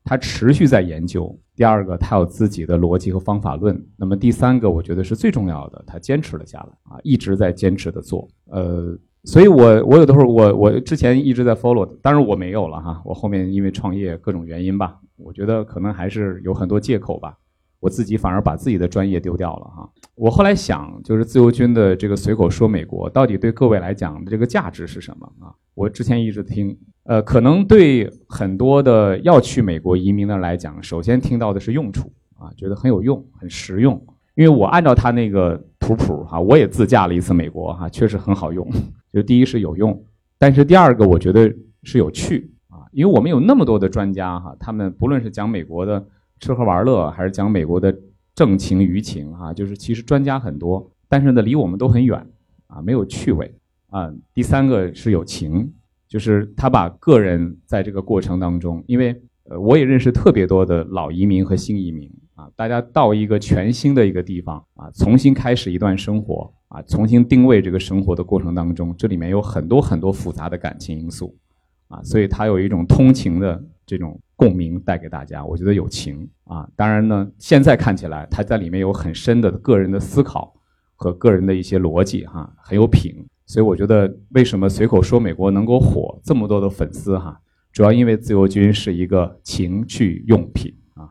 他持续在研究；第二个，他有自己的逻辑和方法论；那么第三个，我觉得是最重要的，他坚持了下来啊，一直在坚持的做。呃，所以我我有的时候我我之前一直在 follow， 当然我没有了哈，我后面因为创业各种原因吧，我觉得可能还是有很多借口吧。我自己反而把自己的专业丢掉了哈。我后来想，就是自由军的这个随口说美国，到底对各位来讲的这个价值是什么啊？我之前一直听，呃，可能对很多的要去美国移民的人来讲，首先听到的是用处啊，觉得很有用，很实用。因为我按照他那个图谱哈，我也自驾了一次美国哈，确实很好用。就第一是有用，但是第二个我觉得是有趣啊，因为我们有那么多的专家哈，他们不论是讲美国的吃喝玩乐，还是讲美国的政情舆情啊，就是其实专家很多，但是呢离我们都很远啊，没有趣味啊。第三个是有情，就是他把个人在这个过程当中，因为呃我也认识特别多的老移民和新移民啊，大家到一个全新的一个地方啊，重新开始一段生活啊，重新定位这个生活的过程当中，这里面有很多很多复杂的感情因素啊，所以他有一种通情的这种共鸣带给大家，我觉得有情啊。当然呢，现在看起来他在里面有很深的个人的思考和个人的一些逻辑哈，很有品。所以我觉得为什么随口说美国能够火这么多的粉丝哈，主要因为自由军是一个情趣用品啊。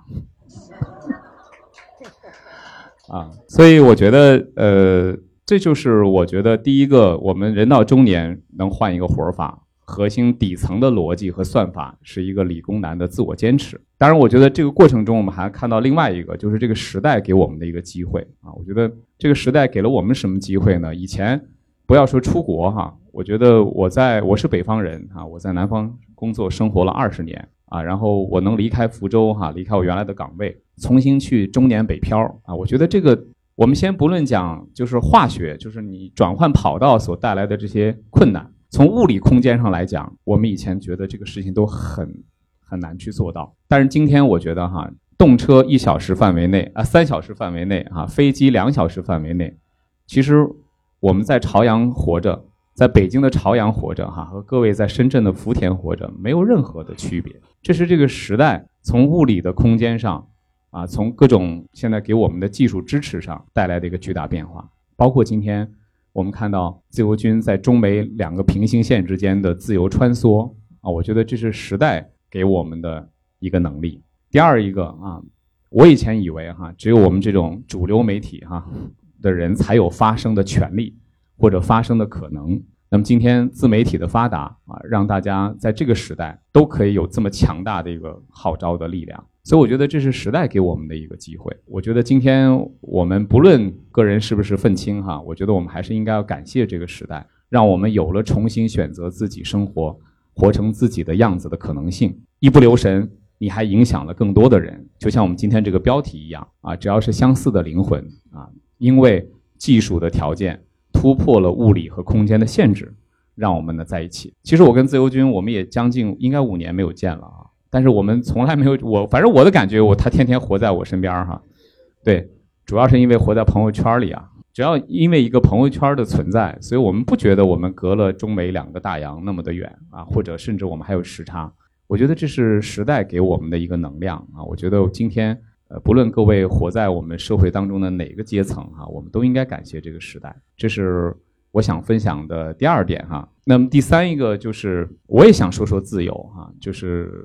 啊，所以我觉得呃，这就是我觉得第一个，我们人到中年能换一个活法。核心底层的逻辑和算法是一个理工男的自我坚持。当然我觉得这个过程中我们还看到另外一个，就是这个时代给我们的一个机会啊。我觉得这个时代给了我们什么机会呢？以前不要说出国哈，我觉得我在我是北方人啊，我在南方工作生活了二十年啊，然后我能离开福州哈，离开我原来的岗位，重新去中年北漂啊。我觉得这个我们先不论讲就是化学，就是你转换跑道所带来的这些困难，从物理空间上来讲，我们以前觉得这个事情都很很难去做到，但是今天我觉得哈，动车一小时范围内啊，三小时范围内啊，飞机两小时范围内，其实我们在朝阳活着，在北京的朝阳活着哈，和各位在深圳的福田活着没有任何的区别。这是这个时代从物理的空间上啊，从各种现在给我们的技术支持上带来的一个巨大变化，包括今天。我们看到自由军在中美两个平行线之间的自由穿梭啊，我觉得这是时代给我们的一个能力。第二一个啊，我以前以为哈，只有我们这种主流媒体哈的人才有发声的权利或者发声的可能。那么今天自媒体的发达啊，让大家在这个时代都可以有这么强大的一个号召的力量。所以我觉得这是时代给我们的一个机会。我觉得今天我们不论个人是不是愤青哈，我觉得我们还是应该要感谢这个时代，让我们有了重新选择自己生活，活成自己的样子的可能性。一不留神，你还影响了更多的人。就像我们今天这个标题一样啊，只要是相似的灵魂啊，因为技术的条件突破了物理和空间的限制，让我们呢在一起。其实我跟自由军，我们也将近应该五年没有见了啊。但是我们从来没有，我反正我的感觉，我他天天活在我身边哈，对，主要是因为活在朋友圈里啊，只要因为一个朋友圈的存在，所以我们不觉得我们隔了中美两个大洋那么的远啊，或者甚至我们还有时差。我觉得这是时代给我们的一个能量啊。我觉得今天呃，不论各位活在我们社会当中的哪个阶层哈，我们都应该感谢这个时代。这是我想分享的第二点哈。那么第三一个就是我也想说说自由哈，就是。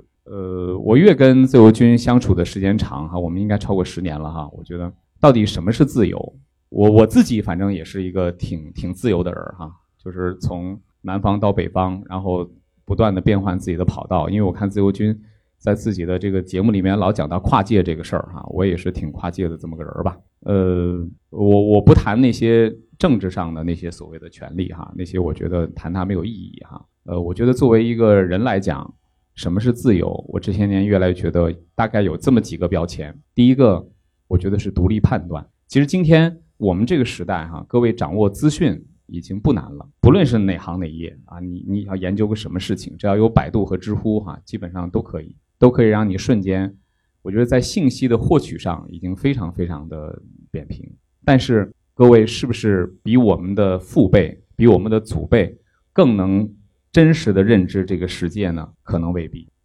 呃，我越跟自由军相处的时间长哈，我们应该超过十年了哈。我觉得到底什么是自由？我我自己反正也是一个挺挺自由的人哈，就是从南方到北方，然后不断的变换自己的跑道。因为我看自由军在自己的这个节目里面老讲到跨界这个事儿哈，我也是挺跨界的这么个人吧。呃，我我不谈那些政治上的那些所谓的权利哈，那些我觉得谈它没有意义哈。呃，我觉得作为一个人来讲。什么是自由？我这些年越来越觉得大概有这么几个标签。第一个，我觉得是独立判断。其实今天我们这个时代哈，各位掌握资讯已经不难了，不论是哪行哪业啊，你你要研究个什么事情，只要有百度和知乎哈，基本上都可以，都可以让你瞬间，我觉得在信息的获取上已经非常非常的扁平。但是各位是不是比我们的父辈、比我们的祖辈更能真实的认知这个世界呢？可能未必。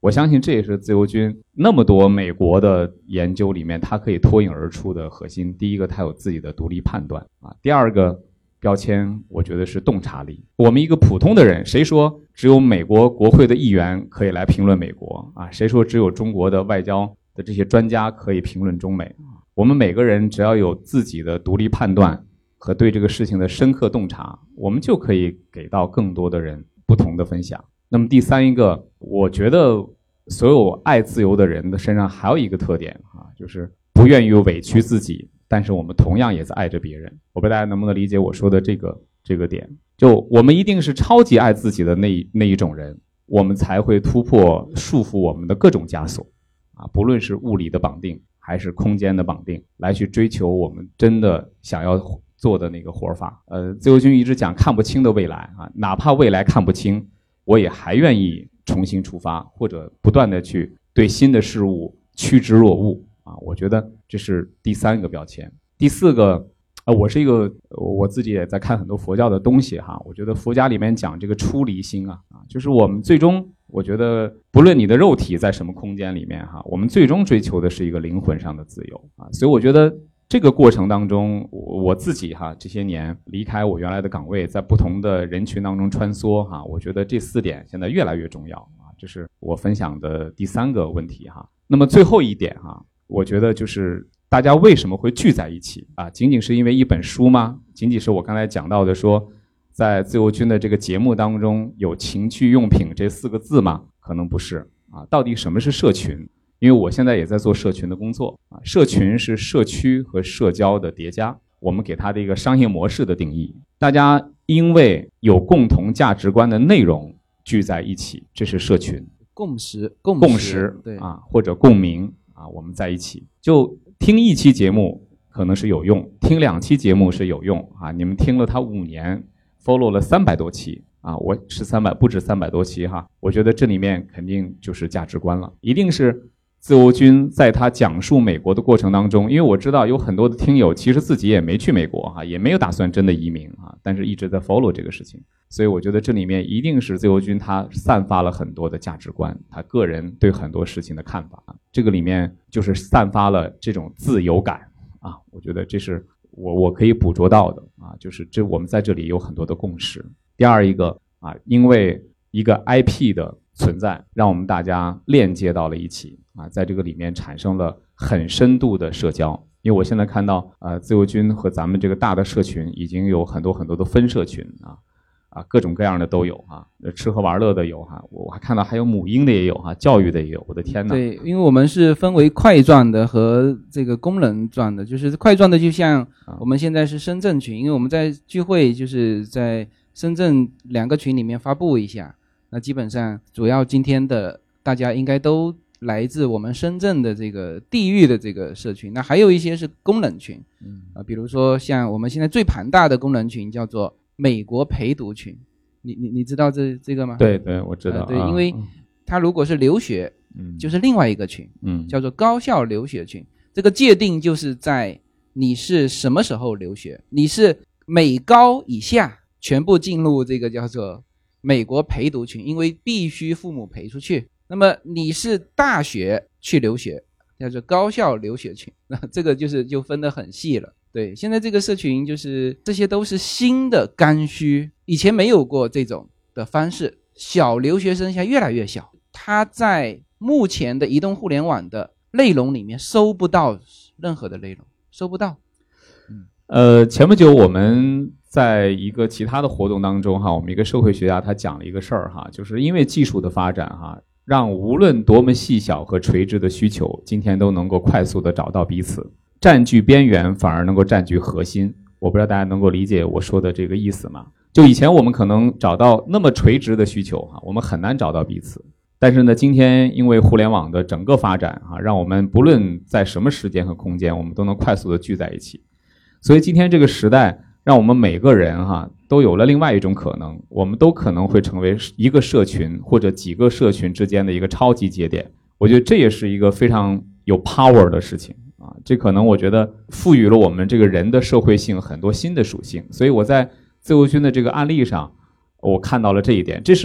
我相信这也是自由军那么多美国的研究里面它可以脱颖而出的核心。第一个，它有自己的独立判断啊。第二个标签，我觉得是洞察力。我们一个普通的人，谁说只有美国国会的议员可以来评论美国啊？谁说只有中国的外交的这些专家可以评论中美？我们每个人只要有自己的独立判断和对这个事情的深刻洞察，我们就可以给到更多的人不同的分享。那么第三一个，我觉得所有爱自由的人的身上还有一个特点啊，就是不愿意委屈自己，但是我们同样也在爱着别人。我不知道大家能不能理解我说的这个这个点。就我们一定是超级爱自己的那一那一种人，我们才会突破束缚我们的各种枷锁啊，不论是物理的绑定还是空间的绑定，来去追求我们真的想要做的那个活法。呃，自由军一直讲看不清的未来啊，哪怕未来看不清，我也还愿意重新出发，或者不断的去对新的事物趋之若鹜啊。我觉得这是第三个标签。第四个，呃，我是一个我自己也在看很多佛教的东西哈。我觉得佛家里面讲这个出离心啊，啊，就是我们最终，我觉得不论你的肉体在什么空间里面哈，我们最终追求的是一个灵魂上的自由啊。所以我觉得这个过程当中，我自己哈这些年离开我原来的岗位，在不同的人群当中穿梭哈，我觉得这四点现在越来越重要啊。这是我分享的第三个问题哈。那么最后一点哈，我觉得就是大家为什么会聚在一起啊？仅仅是因为一本书吗？仅仅是我刚才讲到的说，在自由军的这个节目当中有情趣用品这四个字吗？可能不是啊。到底什么是社群？因为我现在也在做社群的工作啊。社群是社区和社交的叠加，我们给它的一个商业模式的定义。大家因为有共同价值观的内容聚在一起，这是社群。 共识，共识， 共识， 对啊，或者共鸣啊，我们在一起。就听一期节目可能是有用，听两期节目是有用啊。你们听了它五年 ，follow 了三百多期啊，我是三百不止三百多期哈。我觉得这里面肯定就是价值观了，一定是自由军在他讲述美国的过程当中，因为我知道有很多的听友其实自己也没去美国哈，也没有打算真的移民啊，但是一直在 follow 这个事情。所以我觉得这里面一定是自由军他散发了很多的价值观，他个人对很多事情的看法，这个里面就是散发了这种自由感啊。我觉得这是我我可以捕捉到的啊，就是这我们在这里有很多的共识。第二一个啊，因为一个 I P 的存在，让我们大家链接到了一起啊，在这个里面产生了很深度的社交。因为我现在看到呃，自由军和咱们这个大的社群已经有很多很多的分社群啊。啊，各种各样的都有哈，吃喝玩乐的有哈，我还看到还有母婴的也有哈，教育的也有，我的天哪！ 对，因为我们是分为块状的和这个功能状的，就是块状的就像我们现在是深圳群，因为我们在聚会就是在深圳两个群里面发布一下，那基本上主要今天的大家应该都来自我们深圳的这个地域的这个社群，那还有一些是功能群，嗯啊，比如说像我们现在最庞大的功能群叫做美国陪读群，你你你知道这这个吗？ 对对，我知道。 呃、对，因为他如果是留学，嗯，就是另外一个群，嗯，叫做高校留学群。这个界定就是在你是什么时候留学，你是美高以下全部进入这个叫做美国陪读群，因为必须父母陪出去。那么你是大学去留学，叫做高校留学群，那这个就是就分得很细了。对，现在这个社群就是这些都是新的刚需，以前没有过这种的方式。小留学生现在越来越小，他在目前的移动互联网的内容里面搜不到任何的内容，搜不到。 嗯，呃，前不久我们在一个其他的活动当中哈，我们一个社会学家他讲了一个事儿哈，就是因为技术的发展哈，让无论多么细小和垂直的需求，今天都能够快速的找到彼此。占据边缘反而能够占据核心，我不知道大家能够理解我说的这个意思吗？就以前我们可能找到那么垂直的需求哈，我们很难找到彼此。但是呢，今天因为互联网的整个发展哈，让我们不论在什么时间和空间，我们都能快速的聚在一起。所以今天这个时代，让我们每个人哈都有了另外一种可能，我们都可能会成为一个社群或者几个社群之间的一个超级节点。我觉得这也是一个非常有 power 的事情。啊，这可能我觉得赋予了我们这个人的社会性很多新的属性，所以我在自由军的这个案例上，我看到了这一点。这是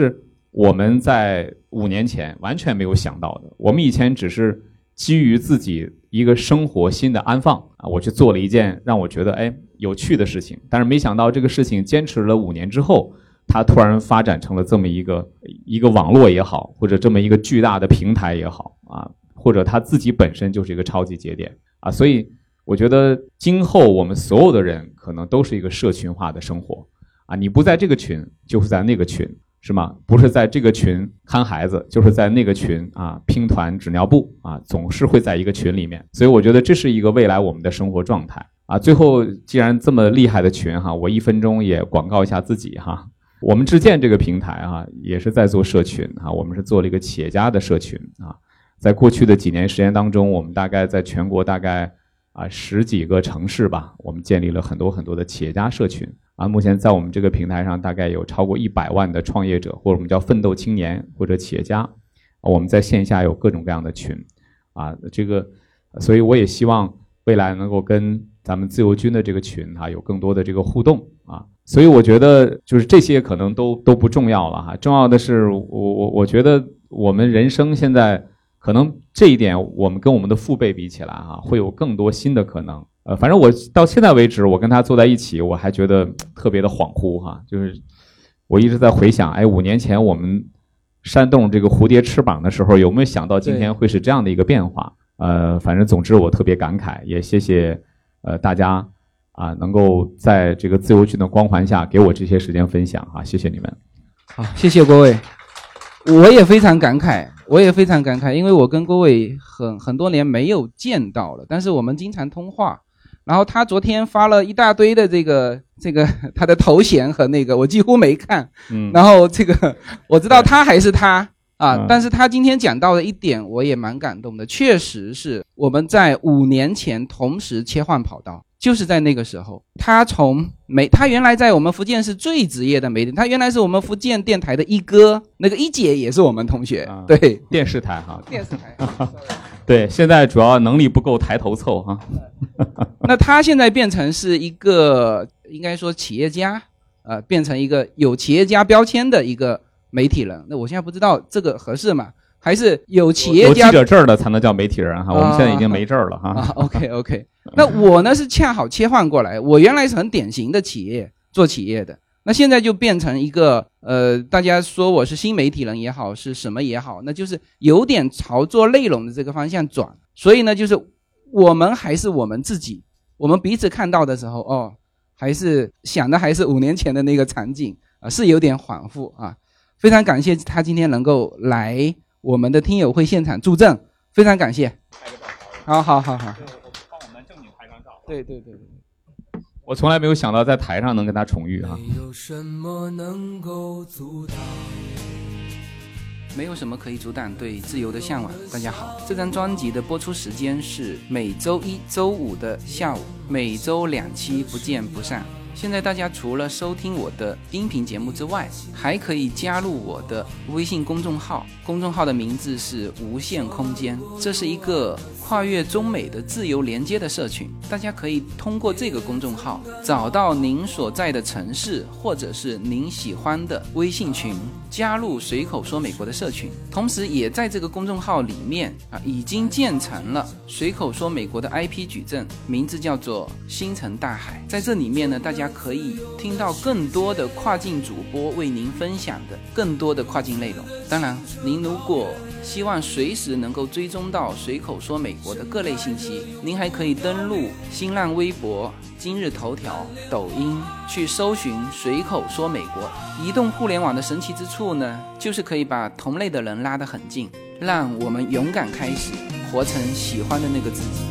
我们在五年前完全没有想到的。我们以前只是基于自己一个生活新的安放啊，我去做了一件让我觉得哎有趣的事情，但是没想到这个事情坚持了五年之后，它突然发展成了这么一个一个网络也好，或者这么一个巨大的平台也好啊，或者它自己本身就是一个超级节点啊，所以我觉得今后我们所有的人可能都是一个社群化的生活啊，你不在这个群就是在那个群，是吗？不是在这个群看孩子，就是在那个群啊拼团纸尿布啊，总是会在一个群里面。所以我觉得这是一个未来我们的生活状态啊。最后，既然这么厉害的群哈，我一分钟也广告一下自己哈。我们智健这个平台啊，也是在做社群啊，我们是做了一个企业家的社群啊。在过去的几年时间当中，我们大概在全国大概啊十几个城市吧，我们建立了很多很多的企业家社群啊。目前在我们这个平台上，大概有超过一百万的创业者，或者我们叫奋斗青年或者企业家，啊、我们在线下有各种各样的群啊。这个，所以我也希望未来能够跟咱们自由军的这个群哈、啊、有更多的这个互动啊。所以我觉得就是这些可能都都不重要了哈，重要的是我我我觉得我们人生现在可能这一点我们跟我们的父辈比起来哈、啊，会有更多新的可能。呃，反正我到现在为止，我跟他坐在一起，我还觉得特别的恍惚哈、啊，就是我一直在回想，哎，五年前我们扇动这个蝴蝶翅膀的时候，有没有想到今天会是这样的一个变化？呃，反正总之我特别感慨，也谢谢呃大家。啊，能够在这个自由军的光环下给我这些时间分享啊，谢谢你们。 好，谢谢郭伟，我也非常感慨，我也非常感慨，因为我跟郭伟很很多年没有见到了，但是我们经常通话。然后他昨天发了一大堆的这个这个他的头衔和那个，我几乎没看。嗯。然后这个我知道他还是他啊、嗯，但是他今天讲到的一点我也蛮感动的，确实是我们在五年前同时切换跑道。就是在那个时候，他从媒，他原来在我们福建是最职业的媒体，他原来是我们福建电台的一哥，那个一姐也是我们同学，啊、对， 电视台哈， 电视台， 对，现在主要能力不够抬头凑哈。 那他现在变成是一个，应该说企业家，呃，变成一个有企业家标签的一个媒体人。那我现在不知道这个合适吗？还是有企业家有记者证的才能叫媒体人哈、啊，我们现在已经没证了哈。 啊 ，OK OK， 那我呢是恰好切换过来，我原来是很典型的企业做企业的，那现在就变成一个呃，大家说我是新媒体人也好，是什么也好，那就是有点朝做内容的这个方向转。所以呢，就是我们还是我们自己，我们彼此看到的时候，哦，还是想的还是五年前的那个场景啊、呃，是有点恍惚啊。非常感谢他今天能够来我们的听友会现场助阵，非常感谢。好好好好， 帮我们正经拍张照。 对对对对， 我从来没有想到在台上能跟他重遇哈。 没有什么能够阻挡， 没有什么可以阻挡对自由的向往。大家好，这张专辑的播出时间是每周一周五的下午，每周两期，不见不散。现在大家除了收听我的音频节目之外，还可以加入我的微信公众号，公众号的名字是无限空间，这是一个跨越中美的自由连接的社群，大家可以通过这个公众号找到您所在的城市或者是您喜欢的微信群，加入随口说美国的社群，同时也在这个公众号里面啊已经建成了随口说美国的 I P 矩阵，名字叫做星辰大海。在这里面呢，大家可以听到更多的跨境主播为您分享的更多的跨境内容。当然，您如果希望随时能够追踪到随口说美国的各类信息，您还可以登录新浪微博、今日头条、抖音去搜寻随口说美国。移动互联网的神奇之处呢，就是可以把同类的人拉得很近，让我们勇敢开始，活成喜欢的那个自己。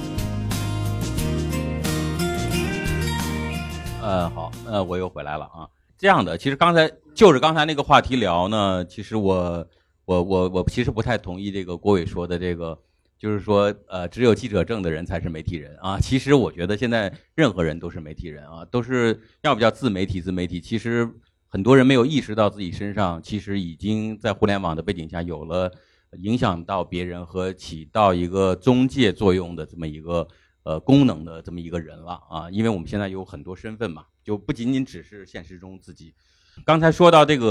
呃，好，呃，我又回来了啊。这样的，其实刚才就是刚才那个话题聊呢，其实我我我我其实不太同意这个郭伟说的这个，就是说呃，只有记者证的人才是媒体人啊。其实我觉得现在任何人都是媒体人啊，都是要不叫自媒体自媒体。其实很多人没有意识到自己身上其实已经在互联网的背景下有了影响到别人和起到一个中介作用的这么一个呃功能的这么一个人了啊。因为我们现在有很多身份嘛，就不仅仅只是现实中自己。刚才说到这个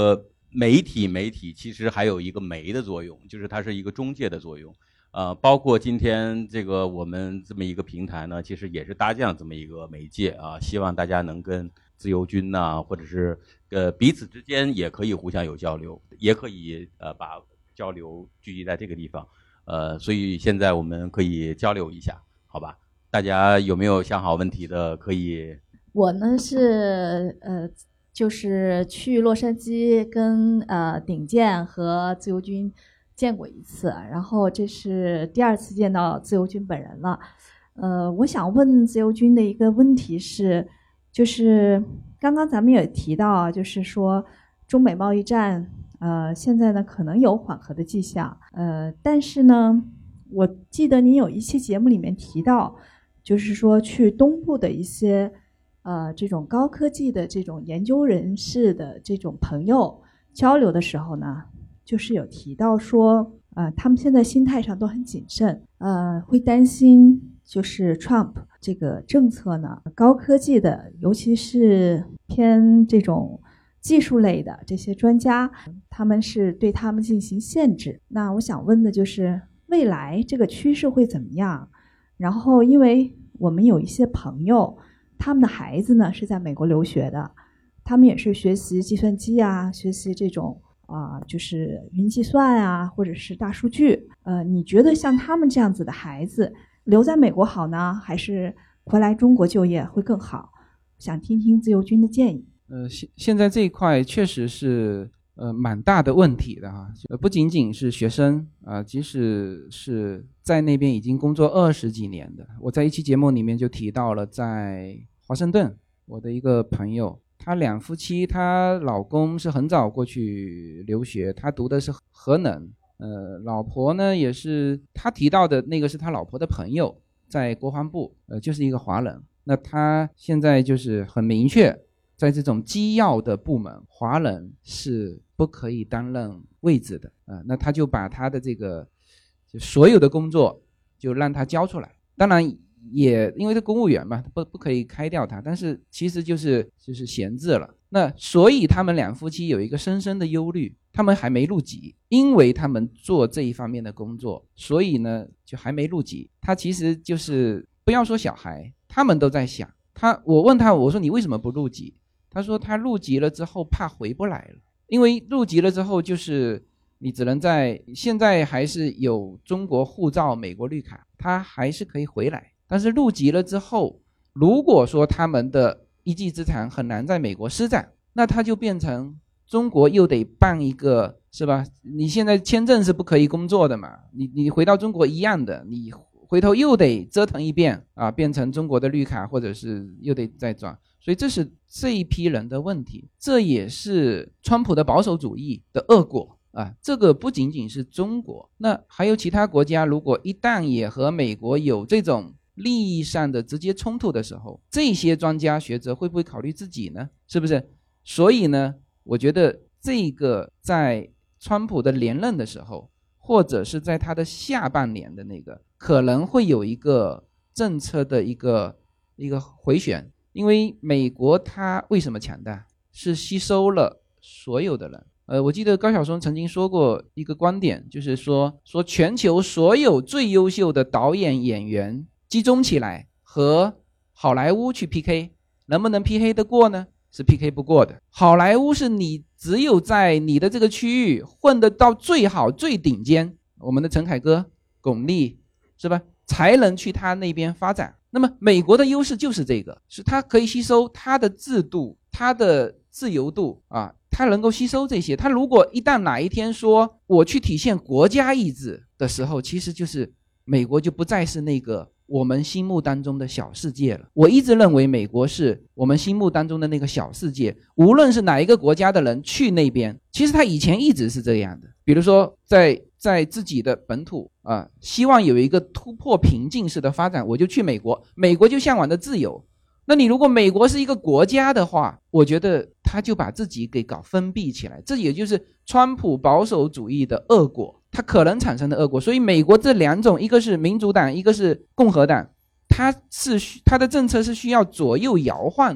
媒体媒体其实还有一个媒的作用，就是它是一个中介的作用。呃，包括今天这个我们这么一个平台呢，其实也是搭建了这么一个媒介啊，希望大家能跟自由军呐、啊，或者是呃彼此之间也可以互相有交流，也可以呃把交流聚集在这个地方。呃，所以现在我们可以交流一下，好吧？大家有没有想好问题的？可以。 我呢是呃，就是去洛杉矶跟呃鼎健和自由军见过一次，然后这是第二次见到自由军本人了。呃，我想问自由军的一个问题是，就是刚刚咱们也提到啊，就是说中美贸易战，呃，现在呢可能有缓和的迹象，呃，但是呢，我记得您有一期节目里面提到，就是说去东部的一些呃这种高科技的这种研究人士的这种朋友交流的时候呢，就是有提到说，呃，他们现在心态上都很谨慎，呃，会担心就是 Trump 这个政策呢，高科技的，尤其是偏这种技术类的这些专家，他们是对他们进行限制。那我想问的就是，未来这个趋势会怎么样？然后，因为我们有一些朋友，他们的孩子呢是在美国留学的，他们也是学习计算机啊，学习这种。啊、呃，就是云计算啊，或者是大数据。呃，你觉得像他们这样子的孩子留在美国好呢，还是回来中国就业会更好？想听听自由军的建议。 呃，现现在这一块确实是呃蛮大的问题的哈，呃，不仅仅是学生啊、呃，即使是在那边已经工作二十几年的，我在一期节目里面就提到了，在华盛顿，我的一个朋友。她两夫妻，她老公是很早过去留学，他读的是核能，呃，老婆呢也是他提到的那个是他老婆的朋友，在国防部，呃，就是一个华人。那他现在就是很明确，在这种机要的部门，华人是不可以担任位置的啊、呃。那他就把他的这个就所有的工作就让他交出来，当然。也因为是公务员嘛，不不可以开掉他，但是其实就是就是闲置了。那所以他们两夫妻有一个深深的忧虑，他们还没入籍，因为他们做这一方面的工作，所以呢就还没入籍。他其实就是不要说小孩，他们都在想他。我问他，我说你为什么不入籍？他说他入籍了之后怕回不来了，因为入籍了之后就是你只能在现在还是有中国护照、美国绿卡，他还是可以回来。但是入籍了之后，如果说他们的一技之长很难在美国施展，那他就变成中国又得办一个，是吧？你现在签证是不可以工作的嘛，你你回到中国一样的，你回头又得折腾一遍啊，变成中国的绿卡，或者是又得再转。所以这是这一批人的问题，这也是川普的保守主义的恶果啊。这个不仅仅是中国，那还有其他国家，如果一旦也和美国有这种利益上的直接冲突的时候，这些专家学者会不会考虑自己呢？是不是？所以呢，我觉得这个在川普的连任的时候，或者是在他的下半年的那个，可能会有一个政策的一个一个回旋。因为美国它为什么强大？是吸收了所有的人。呃，我记得高晓松曾经说过一个观点，就是说说全球所有最优秀的导演演员集中起来和好莱坞去 P K， 能不能 P K 得过呢？是 P K 不过的。好莱坞是你只有在你的这个区域混得到最好最顶尖，我们的陈凯歌、巩俐，是吧？才能去他那边发展。那么美国的优势就是这个，是它可以吸收它的制度、它的自由度啊，它能够吸收这些。它如果一旦哪一天说我去体现国家意志的时候，其实就是美国就不再是那个我们心目当中的小世界了。我一直认为美国是我们心目当中的那个小世界，无论是哪一个国家的人去那边，其实他以前一直是这样的。比如说在在自己的本土啊、呃，希望有一个突破瓶颈式的发展，我就去美国，美国就向往的自由。那你如果美国是一个国家的话，我觉得他就把自己给搞封闭起来，这也就是川普保守主义的恶果，它可能产生的恶果。所以美国这两种，一个是民主党，一个是共和党，它是它的政策是需要左右摇晃的。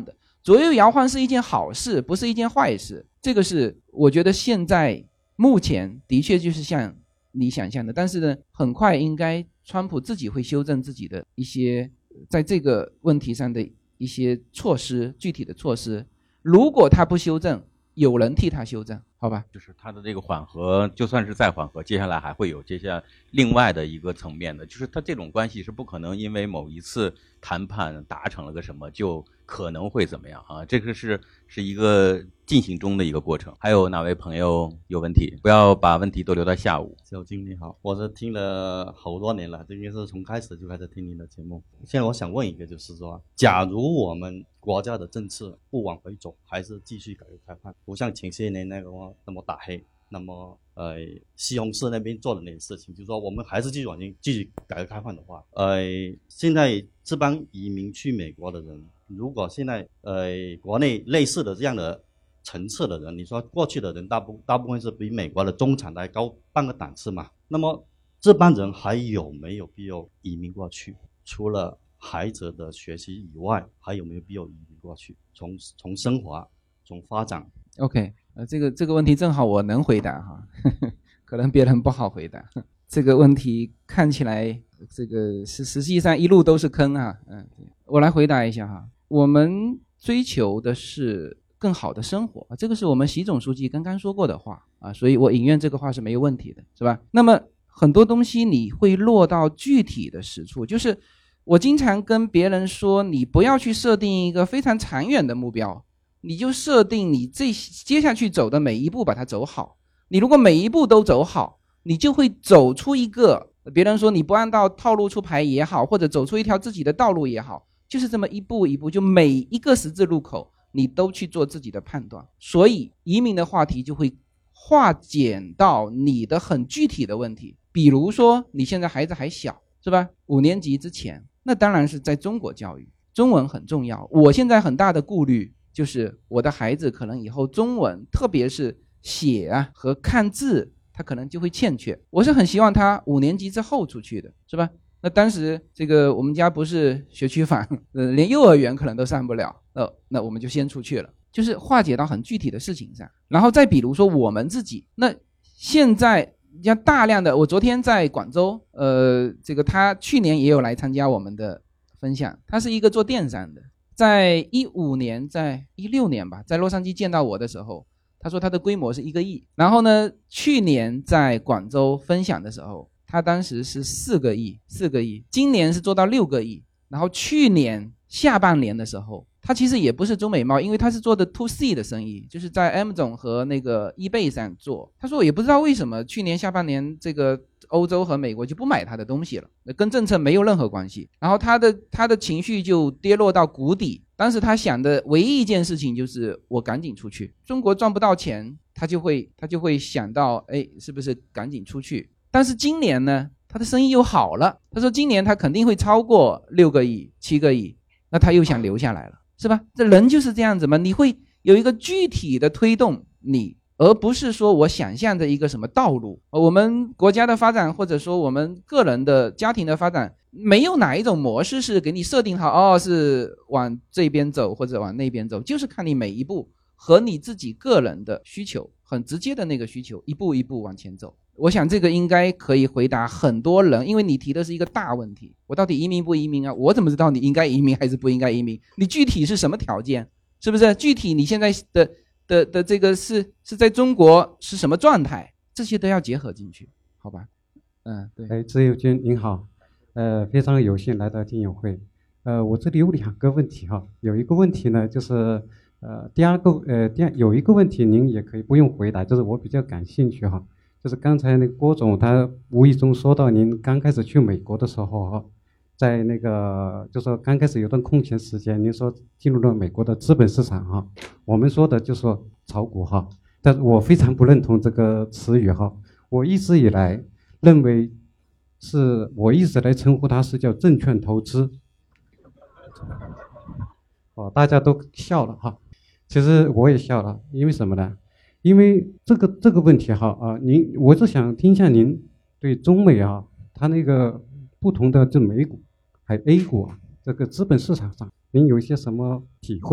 左右摇晃是一件好事，不是一件坏事。这个是我觉得现在目前的确就是像你想象的，但是呢，很快应该川普自己会修正自己的一些在这个问题上的一些措施，具体的措施。如果他不修正，有人替他修正，好吧？ 就是他的这个缓和，就算是再缓和，接下来还会有接下来另外的一个层面的，就是他这种关系是不可能因为某一次谈判达成了个什么就可能会怎么样啊？这个是是一个进行中的一个过程。还有哪位朋友有问题？不要把问题都留到下午。 小金你好，我是听了好多年了，这应该是从开始就开始听您的节目。现在我想问一个，就是说，假如我们国家的政策不往回走，还是继续改革开放，不像前些年那个那么打黑，那么呃西红柿那边做的那些事情，就是说我们还是继续往前继续改革开放的话，呃，现在这帮移民去美国的人，如果现在呃国内类似的这样的层次的人，你说过去的人大部大部分是比美国的中产来高半个档次嘛，那么这帮人还有没有必要移民过去？除了孩子的学习以外，还有没有必要移民过去？从从生活，从发展。 OK， 呃，这个这个问题正好我能回答哈，呵呵可能别人不好回答。这个问题看起来，这个是实际上一路都是坑啊。嗯，我来回答一下哈。我们追求的是更好的生活，这个是我们习总书记刚刚说过的话啊，所以我引用这个话是没有问题的，是吧？那么很多东西你会落到具体的实处，就是我经常跟别人说，你不要去设定一个非常长远的目标，你就设定你这接下去走的每一步把它走好。你如果每一步都走好，你就会走出一个，别人说你不按照套路出牌也好，或者走出一条自己的道路也好，就是这么一步一步，就每一个十字路口你都去做自己的判断。所以移民的话题就会化简到你的很具体的问题，比如说你现在孩子还小，是吧？五年级之前，那当然是在中国教育，中文很重要。我现在很大的顾虑就是我的孩子可能以后中文，特别是写啊和看字，他可能就会欠缺。我是很希望他五年级之后出去的，是吧？那当时这个我们家不是学区房，呃，连幼儿园可能都上不了，那那我们就先出去了，就是化解到很具体的事情上。然后再比如说我们自己，那现在像大量的，我昨天在广州，呃，这个他去年也有来参加我们的分享，他是一个做电商的，在一五年，在一六年吧，在洛杉矶见到我的时候，他说他的规模是一个亿，然后呢，去年在广州分享的时候，他当时是四个亿，四个亿，今年是做到六个亿，然后去年下半年的时候，他其实也不是中美贸易，因为他是做的 to C 的生意，就是在 Amazon 和那个 eBay 上做。他说我也不知道为什么去年下半年这个欧洲和美国就不买他的东西了，跟政策没有任何关系。然后他的他的情绪就跌落到谷底。当时他想的唯一一件事情就是我赶紧出去，中国赚不到钱，他就会他就会想到，哎，是不是赶紧出去？但是今年呢，他的生意又好了。他说今年他肯定会超过六个亿、七个亿，那他又想留下来了。是吧？这人就是这样子嘛，你会有一个具体的推动你，而不是说我想象的一个什么道路。我们国家的发展，或者说我们个人的家庭的发展，没有哪一种模式是给你设定好，哦，是往这边走或者往那边走，就是看你每一步和你自己个人的需求，很直接的那个需求，一步一步往前走。我想这个应该可以回答很多人，因为你提的是一个大问题，我到底移民不移民啊？我怎么知道你应该移民还是不应该移民？你具体是什么条件？是不是？具体你现在的的的这个是是在中国是什么状态？这些都要结合进去，好吧？嗯，对。 哎，自由军您好，呃，非常有幸来到听友会，呃，我这里有两个问题哈，有一个问题呢就是，呃，第二个呃，第二有一个问题您也可以不用回答，就是我比较感兴趣哈。就是刚才那个郭总他无意中说到您刚开始去美国的时候哈，在那个就说刚开始有段空闲时间，您说进入了美国的资本市场哈，我们说的就说炒股哈，但是我非常不认同这个词语哈，我一直以来认为是我一直来称呼它是叫证券投资，哦，大家都笑了哈，其实我也笑了，因为什么呢？因为这个这个问题哈啊，您我是想听一下您对中美啊，它那个不同的这美股还有 A 股啊，这个资本市场上，您有一些什么体会？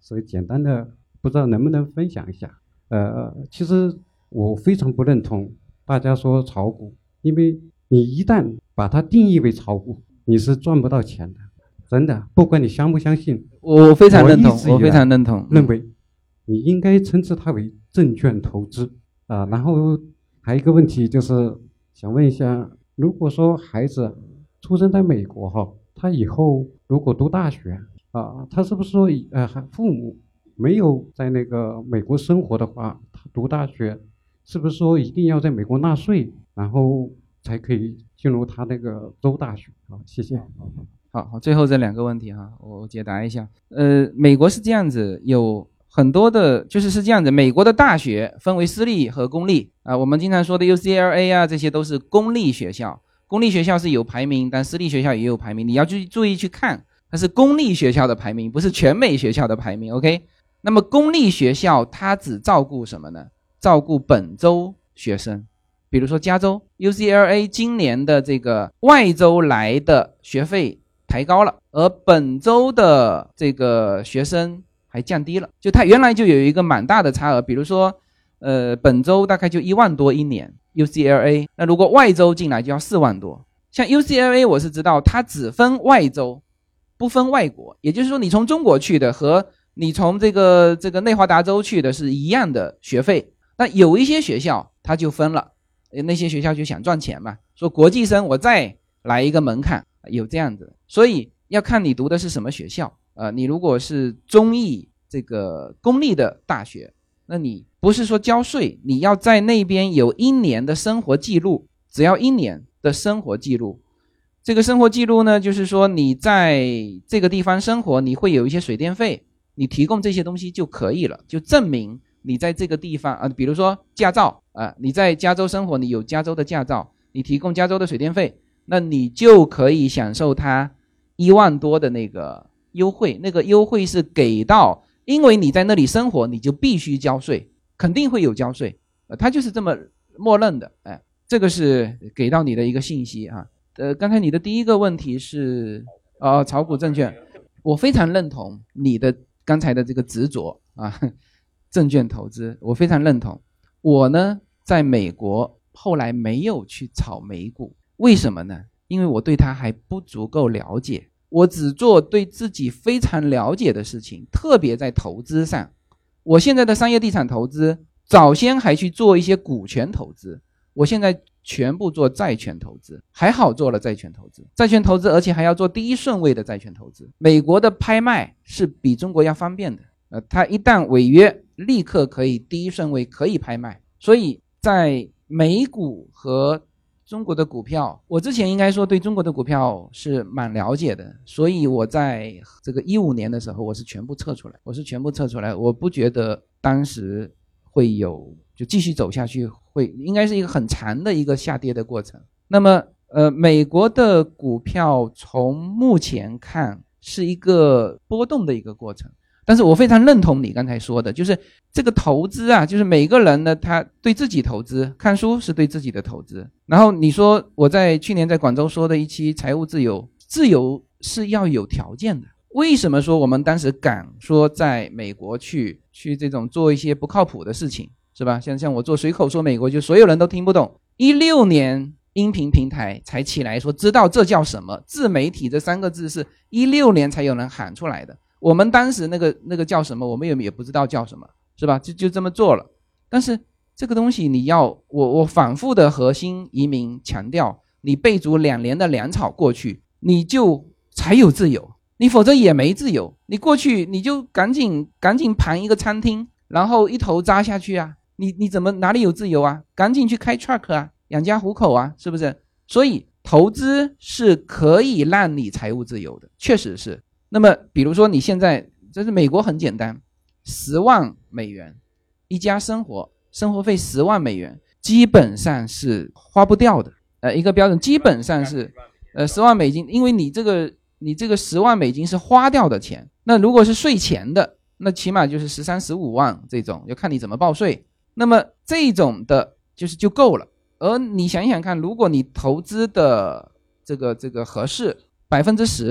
所以简单的不知道能不能分享一下。呃，其实我非常不认同大家说炒股，因为你一旦把它定义为炒股，你是赚不到钱的，真的，不管你相不相信。 我非常认同， 我, 我非常认同， 认为你应该称之它为证券投资啊。然后还有一个问题就是想问一下，如果说孩子出生在美国哈，他以后如果读大学啊，他是不是说呃父母没有在那个美国生活的话，他读大学是不是说一定要在美国纳税，然后才可以进入他那个州大学？好，谢谢。 好好，最后这两个问题哈，我解答一下。呃，美国是这样子，有很多的，就是是这样子，美国的大学分为私立和公立啊。我们经常说的 U C L A 啊，这些都是公立学校，公立学校是有排名，但私立学校也有排名，你要去注意去看，它是公立学校的排名，不是全美学校的排名。OK， 那么公立学校它只照顾什么呢？照顾本州学生。比如说加州 U C L A 今年的这个外州来的学费抬高了，而本州的这个学生还降低了，就它原来就有一个蛮大的差额，比如说呃本州大概就一万多一年 U C L A， 那如果外州进来就要四万多。像 U C L A 我是知道它只分外州不分外国，也就是说你从中国去的和你从这个这个内华达州去的是一样的学费，那有一些学校它就分了，那些学校就想赚钱嘛，说国际生我再来一个门槛，有这样子，所以要看你读的是什么学校。呃，你如果是中艺这个公立的大学，那你不是说交税，你要在那边有一年的生活记录，只要一年的生活记录。这个生活记录呢，就是说你在这个地方生活，你会有一些水电费，你提供这些东西就可以了，就证明你在这个地方啊，比如说驾照啊，你在加州生活，你有加州的驾照，你提供加州的水电费，那你就可以享受它一万多的那个优惠。那个优惠是给到，因为你在那里生活，你就必须交税，肯定会有交税，呃，它就是这么默认的。哎，这个是给到你的一个信息啊。呃，刚才你的第一个问题是呃炒股证券，我非常认同你的刚才的这个执着啊。证券投资我非常认同。我呢在美国后来没有去炒美股，为什么呢？因为我对它还不足够了解，我只做对自己非常了解的事情，特别在投资上。我现在的商业地产投资早先还去做一些股权投资，我现在全部做债权投资，还好做了债权投资，债权投资而且还要做第一顺位的债权投资。美国的拍卖是比中国要方便的，呃，它一旦违约立刻可以第一顺位可以拍卖，所以在美股和中国的股票，我之前应该说对中国的股票是蛮了解的，所以我在这个一五年的时候我是全部撤出来，我是全部撤出来，我不觉得当时会有就继续走下去，会应该是一个很长的一个下跌的过程。那么呃，美国的股票从目前看是一个波动的一个过程，但是我非常认同你刚才说的，就是这个投资啊，就是每个人呢他对自己投资，看书是对自己的投资。然后你说我在去年在广州说的一期财务自由，自由是要有条件的。为什么说我们当时敢说在美国去去这种做一些不靠谱的事情，是吧？像像我做随口说美国，就所有人都听不懂。一六年音频平台才起来说知道这叫什么，自媒体这三个字是一六年才有人喊出来的。我们当时那个那个叫什么，我们也也不知道叫什么，是吧？就就这么做了。但是这个东西你要我我反复的核心移民强调，你备足两年的粮草过去，你就才有自由，你否则也没自由。你过去你就赶紧赶紧盘一个餐厅，然后一头扎下去啊，你你怎么哪里有自由啊？赶紧去开 truck 啊，养家糊口啊，是不是？所以投资是可以让你财务自由的，确实是。那么比如说你现在这是美国很简单，十万美元一家生活生活费十万美元基本上是花不掉的，呃一个标准基本上是呃十万美金，因为你这个你这个十万美金是花掉的钱，那如果是税前的，那起码就是十三十五万这种，要看你怎么报税。那么这种的就是就够了。而你想想看，如果你投资的这个这个合适百分之十，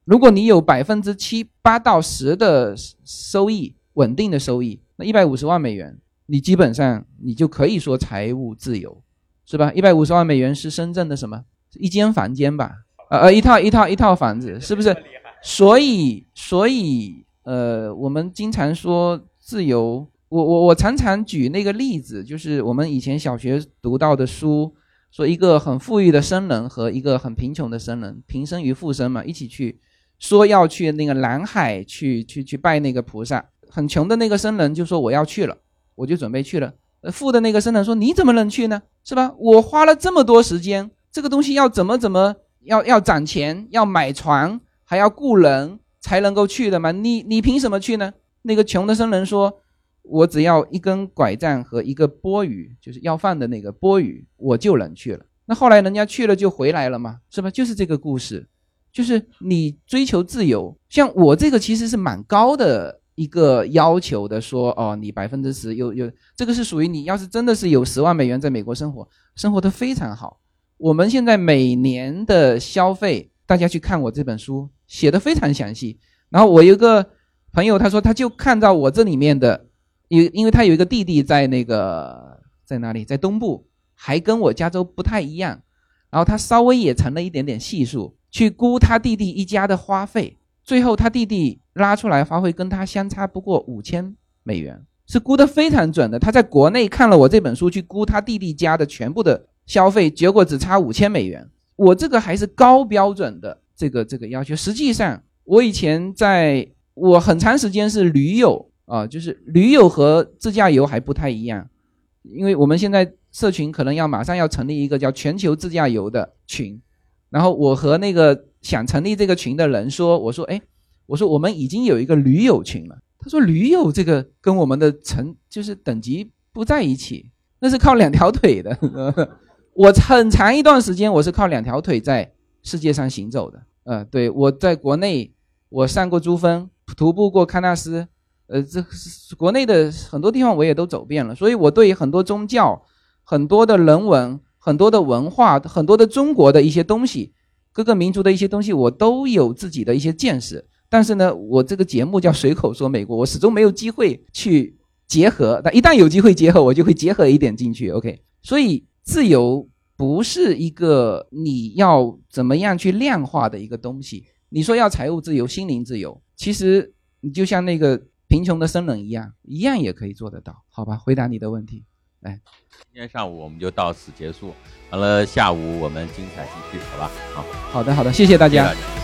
如果你有百分之七八到十的收益，稳定的收益，那一百五十万美元，你基本上你就可以说财务自由，是吧？一百五十万美元是深圳的什么？一间房间吧，呃呃，一套一套一套房子，是不是？所以所以呃，我们经常说自由，我我我常常举那个例子，就是我们以前小学读到的书。说一个很富裕的僧人和一个很贫穷的僧人，平生与富僧嘛，一起去说要去那个南海去去去拜那个菩萨。很穷的那个僧人就说我要去了，我就准备去了。富的那个僧人说你怎么能去呢？是吧？我花了这么多时间，这个东西要怎么怎么要要攒钱，要买船，还要雇人才能够去的嘛？你你凭什么去呢？那个穷的僧人说。我只要一根拐杖和一个钵盂，就是要饭的那个钵盂，我就能去了。那后来人家去了就回来了嘛，是吧？就是这个故事，就是你追求自由，像我这个其实是蛮高的一个要求的，说哦，你百分之十有有这个是属于你，要是真的是有十万美元在美国生活，生活得非常好。我们现在每年的消费，大家去看我这本书写得非常详细。然后我有一个朋友，他说他就看到我这里面的。因因为他有一个弟弟在那个在哪里，在东部，还跟我加州不太一样，然后他稍微也成了一点点系数，去估他弟弟一家的花费，最后他弟弟拉出来花费跟他相差不过五千美元，是估得非常准的。他在国内看了我这本书去估他弟弟家的全部的消费，结果只差五千美元。我这个还是高标准的这个这个要求。实际上我以前在我很长时间是驴友。啊，就是驴友和自驾游还不太一样，因为我们现在社群可能要马上要成立一个叫全球自驾游的群，然后我和那个想成立这个群的人说，我说，哎，我说我们已经有一个驴友群了。他说驴友这个跟我们的层就是等级不在一起，那是靠两条腿的。我很长一段时间我是靠两条腿在世界上行走的。呃，对，我在国内我上过珠峰，徒步过喀纳斯。呃，这国内的很多地方我也都走遍了，所以我对很多宗教、很多的人文、很多的文化、很多的中国的一些东西，各个民族的一些东西，我都有自己的一些见识。但是呢，我这个节目叫随口说美国，我始终没有机会去结合，但一旦有机会结合，我就会结合一点进去。OK， 所以自由不是一个你要怎么样去量化的一个东西。你说要财务自由、心灵自由，其实你就像那个。贫穷的僧人一样，一样也可以做得到，好吧？回答你的问题，来， 今天上午我们就到此结束，完了下午我们精彩继续，好吧？好， 好的，好的，谢谢大家。 谢谢大家。